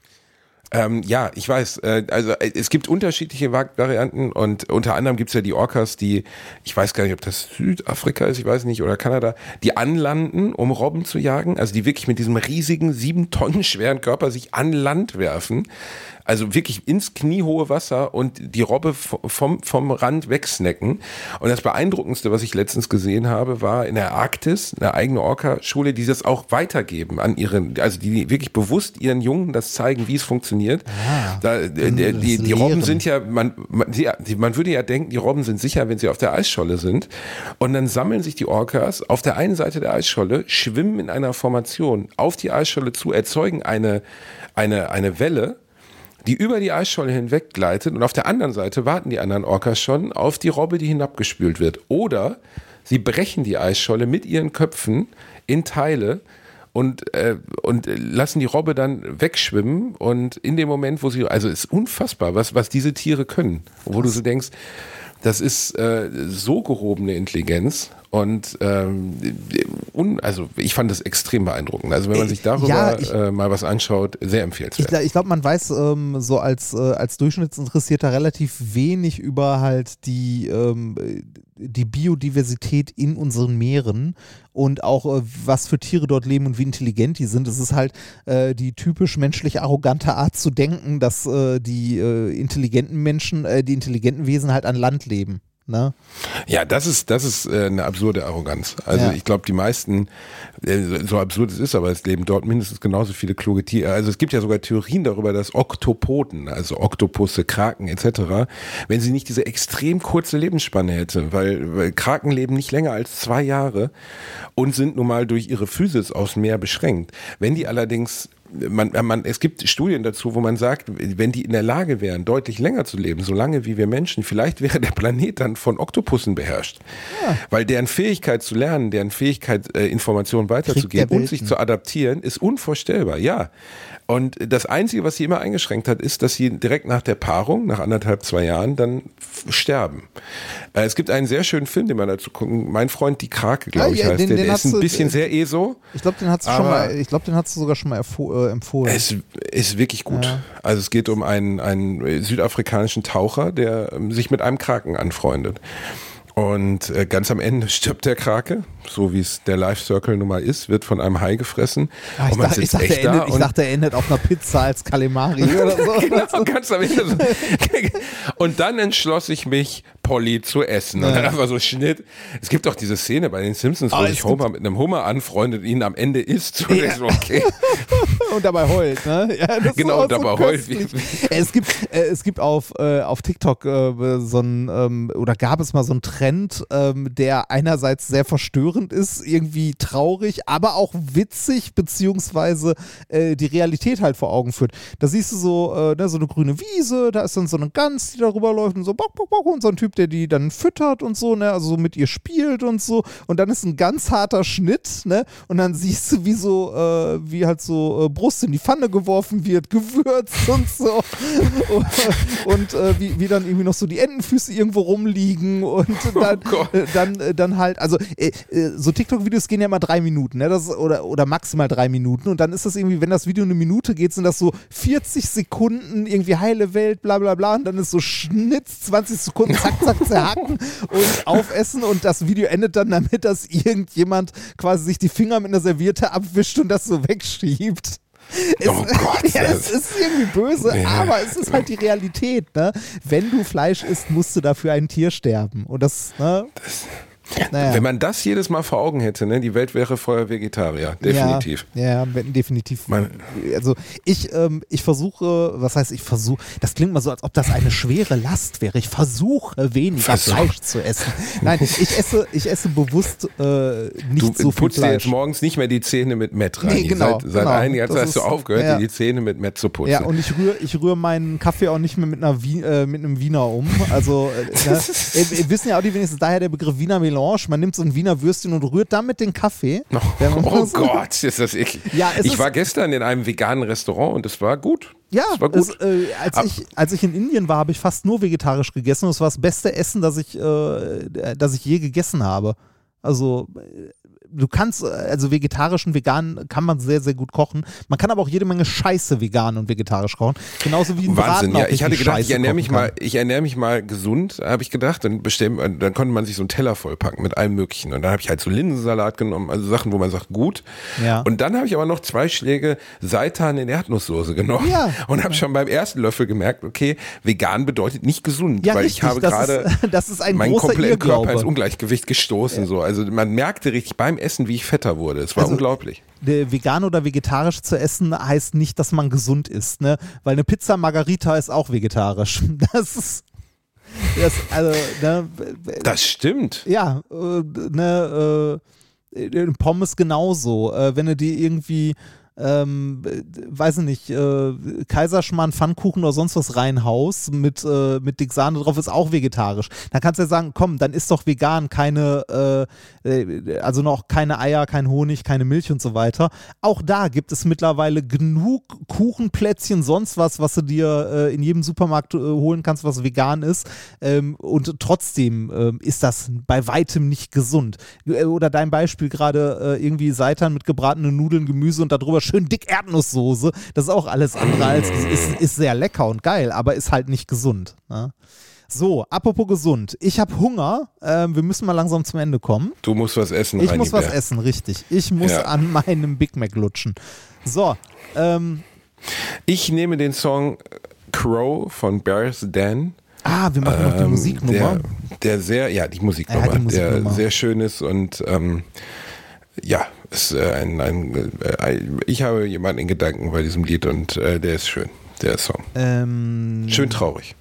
B: Ähm, ja, ich weiß, äh, also äh, es gibt unterschiedliche Varianten und unter anderem gibt es ja die Orcas, die, ich weiß gar nicht, ob das Südafrika ist, ich weiß nicht, oder Kanada, die anlanden, um Robben zu jagen, also die wirklich mit diesem riesigen, sieben Tonnen schweren Körper sich an Land werfen, also wirklich ins kniehohe Wasser und die Robbe vom, vom Rand wegsnacken. Und das Beeindruckendste, was ich letztens gesehen habe, war in der Arktis eine eigene Orca-Schule, die das auch weitergeben an ihren, also die wirklich bewusst ihren Jungen das zeigen, wie es funktioniert.
C: Ah,
B: da, die, die, die Robben sind ja, man, man, die, man würde ja denken, die Robben sind sicher, wenn sie auf der Eisscholle sind. Und dann sammeln sich die Orcas auf der einen Seite der Eisscholle, schwimmen in einer Formation auf die Eisscholle zu, erzeugen eine, eine, eine Welle, die über die Eisscholle hinweg gleitet und auf der anderen Seite warten die anderen Orcas schon auf die Robbe, die hinabgespült wird. Oder sie brechen die Eisscholle mit ihren Köpfen in Teile und, äh, und lassen die Robbe dann wegschwimmen und in dem Moment, wo sie, also es ist unfassbar, was, was diese Tiere können. Wo du so denkst, das ist äh, so gehobene Intelligenz und ähm, un, also ich fand das extrem beeindruckend. Also wenn man sich darüber ja, ich, äh, mal was anschaut, sehr empfehlenswert.
C: Ich, ich glaube, man weiß ähm, so als, äh, als Durchschnittsinteressierter relativ wenig über halt die, ähm, die Biodiversität in unseren Meeren und auch äh, was für Tiere dort leben und wie intelligent die sind. Es ist halt äh, die typisch menschlich arrogante Art zu denken, dass äh, die äh, intelligenten Menschen, äh, die intelligenten Wesen halt an Land leben. Ne?
B: Ja, das ist, das ist äh, eine absurde Arroganz. Also ja. Ich glaube, die meisten, äh, so absurd es ist, aber es leben dort mindestens genauso viele kluge Tiere. Also es gibt ja sogar Theorien darüber, dass Oktopoden, also Oktopusse, Kraken et cetera, wenn sie nicht diese extrem kurze Lebensspanne hätte, weil, weil Kraken leben nicht länger als zwei Jahre und sind nun mal durch ihre Physis aufs Meer beschränkt. Wenn die allerdings man, man, es gibt Studien dazu, wo man sagt, wenn die in der Lage wären, deutlich länger zu leben, so lange wie wir Menschen, vielleicht wäre der Planet dann von Oktopussen beherrscht. Ja. Weil deren Fähigkeit zu lernen, deren Fähigkeit, äh, Informationen weiterzugeben und sich zu adaptieren, ist unvorstellbar, ja. Und das Einzige, was sie immer eingeschränkt hat, ist, dass sie direkt nach der Paarung, nach anderthalb, zwei Jahren, dann f- sterben. Äh, es gibt einen sehr schönen Film, den man dazu gucken, Mein Freund die Krake, glaube ich, ja, heißt den, der. Den der ist ein bisschen sehr eh so.
C: Ich glaube, den hast du schon mal, ich glaube, den hast du sogar schon mal erfo- äh, empfohlen.
B: Es ist wirklich gut. Ja. Also es geht um einen, einen südafrikanischen Taucher, der ähm, sich mit einem Kraken anfreundet. Und äh, ganz am Ende stirbt der Krake, so wie es der Life Circle nun mal ist, wird von einem Hai gefressen.
C: Ah, ich, dachte, ich, dachte, er endet, ich dachte, er endet auf einer Pizza als Calamari oder so.
B: Genau, ganz am Ende so. Und dann entschloss ich mich, Polly zu essen. Und dann einfach so Schnitt. Es gibt auch diese Szene bei den Simpsons, wo oh, sich Homer mit einem Hummer anfreundet und ihn am Ende isst. So, ja. So, okay.
C: Und dabei heult, ne? Ja, das
B: genau, und dabei
C: so
B: heult.
C: Es gibt, äh, es gibt auf, äh, auf TikTok äh, so ein, ähm, oder gab es mal so einen Trend, ähm, der einerseits sehr verstörend ist, irgendwie traurig, aber auch witzig, beziehungsweise äh, die Realität halt vor Augen führt. Da siehst du so, äh, ne, so eine grüne Wiese, da ist dann so eine Gans, die darüber läuft und so bock, bock, bock, und so ein Typ, der die dann füttert und so, ne, also so mit ihr spielt und so. Und dann ist ein ganz harter Schnitt, ne, und dann siehst du, wie so, äh, wie halt so äh, Brust in die Pfanne geworfen wird, gewürzt und so. und und äh, wie, wie dann irgendwie noch so die Entenfüße irgendwo rumliegen und dann, oh äh, dann, äh, dann halt, also äh, äh, so TikTok-Videos gehen ja immer drei Minuten, ne, das ist, oder, oder maximal drei Minuten und dann ist das irgendwie, wenn das Video eine Minute geht, sind das so vierzig Sekunden, irgendwie heile Welt, bla bla bla und dann ist so Schnitt, zwanzig Sekunden, zack, zack, zerhacken und aufessen und das Video endet dann damit, dass irgendjemand quasi sich die Finger mit einer Serviette abwischt und das so wegschiebt. Es,
B: oh Gott,
C: ja, es ist irgendwie böse, ja. Aber es ist halt die Realität, ne? Wenn du Fleisch isst, musst du dafür ein Tier sterben. Und das, ne?
B: Das Naja. Wenn man das jedes Mal vor Augen hätte, ne, die Welt wäre vorher Vegetarier, definitiv.
C: Ja, ja definitiv. Man also ich, ähm, ich versuche, was heißt ich versuche, das klingt mal so, als ob das eine schwere Last wäre. Ich versuche weniger Versuch. Fleisch zu essen. Nein, ich esse, ich esse bewusst äh, nicht
B: du,
C: so viel Fleisch. Du
B: putzt dir jetzt morgens nicht mehr die Zähne mit Mett rein.
C: Nee, genau.
B: Seit, seit
C: genau.
B: einiger Zeit hast du aufgehört, ja. dir die Zähne mit Mett zu putzen.
C: Ja, und ich rühre ich rühr meinen Kaffee auch nicht mehr mit, einer Wien, äh, mit einem Wiener um. Also, äh, ne? Wir wissen ja auch die wenigstens daher der Begriff Wiener Melange. Man nimmt so ein Wiener Würstchen und rührt damit den Kaffee.
B: Oh, oh Gott, ist das eklig.
C: Ja,
B: ich war gestern in einem veganen Restaurant und es war gut.
C: Ja,
B: es war gut.
C: Es, äh, als, ich, als ich in Indien war, habe ich fast nur vegetarisch gegessen und es war das beste Essen, das ich, äh, das ich je gegessen habe. Also du kannst, also vegetarisch und vegan kann man sehr, sehr gut kochen. Man kann aber auch jede Menge Scheiße vegan und vegetarisch kochen. Genauso wie ein
B: Wahnsinn,
C: Braten
B: ja. Ich hatte gedacht,
C: Scheiße
B: ich ernähre mich
C: kann.
B: mal, ich ernähre mich mal gesund, habe ich gedacht. Dann, bestellen, dann konnte man sich so einen Teller vollpacken mit allem Möglichen. Und dann habe ich halt so Linsensalat genommen, also Sachen, wo man sagt, gut.
C: Ja.
B: Und dann habe ich aber noch zwei Schläge Seitan in Erdnusssoße genommen.
C: Ja.
B: Und habe schon beim ersten Löffel gemerkt, okay, vegan bedeutet nicht gesund.
C: Ja,
B: weil
C: richtig,
B: ich habe gerade meinen kompletten Körper ins Ungleichgewicht gestoßen. Ja. So. Also man merkte richtig beim Essen, wie ich fetter wurde. Es war also, unglaublich.
C: Vegan oder vegetarisch zu essen heißt nicht, dass man gesund ist, ne? Weil eine Pizza Margarita ist auch vegetarisch. Das ist das, also, ne,
B: das stimmt.
C: Ja, äh, ne, äh, Pommes genauso. Äh, wenn du die irgendwie Ähm, weiß ich nicht, äh, Kaiserschmarrn, Pfannkuchen oder sonst was reinhaust mit, äh, mit dick Sahne drauf, ist auch vegetarisch. Dann kannst du ja sagen, komm, dann ist doch vegan, keine, äh, also noch keine Eier, kein Honig, keine Milch und so weiter. Auch da gibt es mittlerweile genug Kuchenplätzchen, sonst was, was du dir äh, in jedem Supermarkt äh, holen kannst, was vegan ist. Ähm, und trotzdem äh, ist das bei weitem nicht gesund. Oder dein Beispiel gerade, äh, irgendwie Seitan mit gebratenen Nudeln, Gemüse und darüber schön dick Erdnusssoße, das ist auch alles andere als, ist, ist sehr lecker und geil, aber ist halt nicht gesund. Ne? So, apropos gesund, ich habe Hunger, ähm, wir müssen mal langsam zum Ende kommen.
B: Du musst was essen,
C: Ich
B: Reini
C: muss was
B: Bär.
C: essen, richtig. Ich muss ja. an meinem Big Mac lutschen. So, ähm.
B: Ich nehme den Song Crow von Bears Den.
C: Ah, wir machen ähm, noch die Musiknummer.
B: Der, der sehr, ja, die Musiknummer, ja, die Musiknummer. Der sehr schön ist und ähm, ja, ist äh, ein, ein äh, ich habe jemanden in Gedanken bei diesem Lied und äh, der ist schön, der Song.
C: Ähm,
B: schön traurig.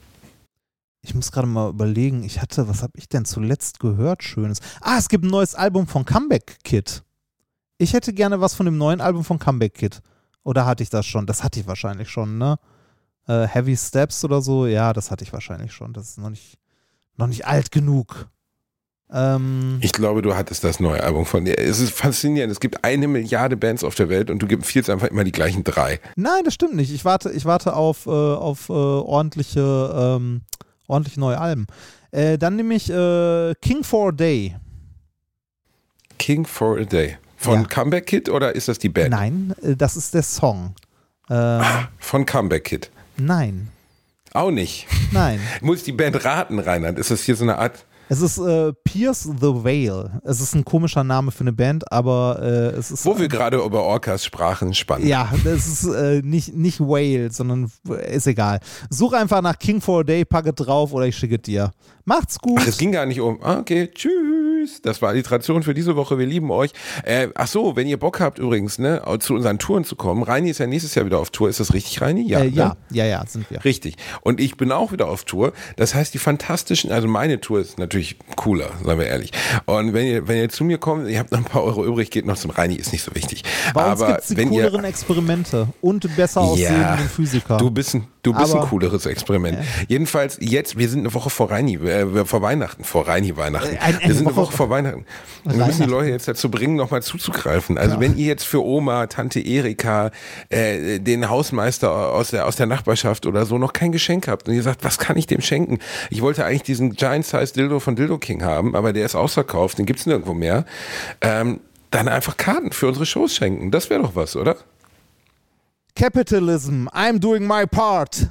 C: Ich muss gerade mal überlegen, ich hatte, was habe ich denn zuletzt gehört Schönes? Ah, es gibt ein neues Album von Comeback Kid. Ich hätte gerne was von dem neuen Album von Comeback Kid. Oder hatte ich das schon? Das hatte ich wahrscheinlich schon, ne? Äh, Heavy Steps oder so, ja, das hatte ich wahrscheinlich schon. Das ist noch nicht, noch nicht alt genug. Ähm,
B: ich glaube, du hattest das neue Album von dir. Es ist faszinierend. Es gibt eine Milliarde Bands auf der Welt und du empfiehlst einfach immer die gleichen drei.
C: Nein, das stimmt nicht. Ich warte, ich warte auf, äh, auf äh, ordentliche, ähm, ordentliche neue Alben. Äh, dann nehme ich äh, King for a Day.
B: King for a Day. Von ja. Comeback Kid oder ist das die Band?
C: Nein, äh, das ist der Song. Ähm,
B: ah, von Comeback Kid?
C: Nein.
B: Auch nicht?
C: Nein.
B: Muss die Band raten, Reinhard? Ist das hier so eine Art...
C: Es ist äh, Pierce the Veil. Es ist ein komischer Name für eine Band, aber äh, es ist...
B: Wo wir gerade über Orcas sprachen, spannend.
C: Ja, es ist äh, nicht, nicht Whale, sondern ist egal. Such einfach nach King for a Day, pack es drauf oder ich schicke es dir. Macht's gut.
B: Ach, es ging gar nicht um. Okay, tschüss. Das war die Tradition für diese Woche. Wir lieben euch. Äh, ach so, wenn ihr Bock habt übrigens, ne, zu unseren Touren zu kommen. Reini ist ja nächstes Jahr wieder auf Tour. Ist das richtig, Reini? Ja,
C: äh, ja,
B: ne?
C: ja, ja, sind wir.
B: Richtig. Und ich bin auch wieder auf Tour. Das heißt, die fantastischen, also meine Tour ist natürlich cooler, sagen wir ehrlich. Und wenn ihr, wenn ihr zu mir kommt, ihr habt noch ein paar Euro übrig, geht noch zum Reini, ist nicht so wichtig.
C: Bei uns
B: Aber
C: gibt's die
B: wenn
C: cooleren
B: ihr,
C: Experimente und besser aussehenden
B: ja,
C: Physiker.
B: Du bist ein, du bist
C: Aber,
B: ein cooleres Experiment.
C: Ja.
B: Jedenfalls jetzt, wir sind eine Woche vor Reini, äh, vor Weihnachten, vor Reini Weihnachten.
C: Ein,
B: wir sind eine Woche vor Weihnachten. Und wir müssen die Leute jetzt dazu bringen, nochmal zuzugreifen. Also ja. wenn ihr jetzt für Oma, Tante Erika, äh, den Hausmeister aus der, aus der Nachbarschaft oder so noch kein Geschenk habt und ihr sagt, was kann ich dem schenken? Ich wollte eigentlich diesen Giant-Size Dildo von Dildo King haben, aber der ist ausverkauft, den gibt's nirgendwo mehr. Ähm, dann einfach Karten für unsere Shows schenken. Das wäre doch was, oder?
C: Capitalism, I'm doing my part.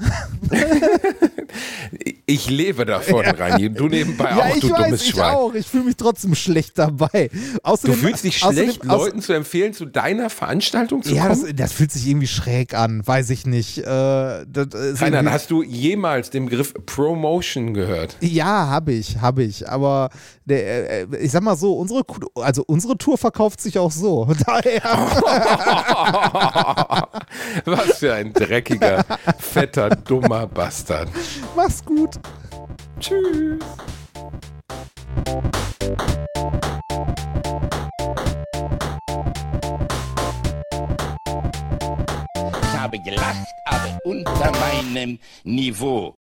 B: Ich lebe davon, ja. Reini. Du nebenbei
C: ja,
B: auch, du
C: ich weiß,
B: dummes
C: ich
B: Schwein.
C: auch. Ich fühle mich trotzdem schlecht dabei. Außerdem,
B: du fühlst dich
C: außerdem,
B: schlecht, Leuten zu empfehlen, zu deiner Veranstaltung zu
C: ja,
B: kommen?
C: Ja, das, das fühlt sich irgendwie schräg an. Weiß ich nicht. Äh,
B: Rainer, hast du jemals den Begriff Promotion gehört?
C: Ja, habe ich, habe ich. Aber der, äh, ich sag mal so, unsere, also unsere Tour verkauft sich auch so. Daher.
B: Was für ein dreckiger, fetter, dummer Bastard.
C: Mach's gut.
B: Tschüss.
A: Ich habe gelacht, aber unter meinem Niveau.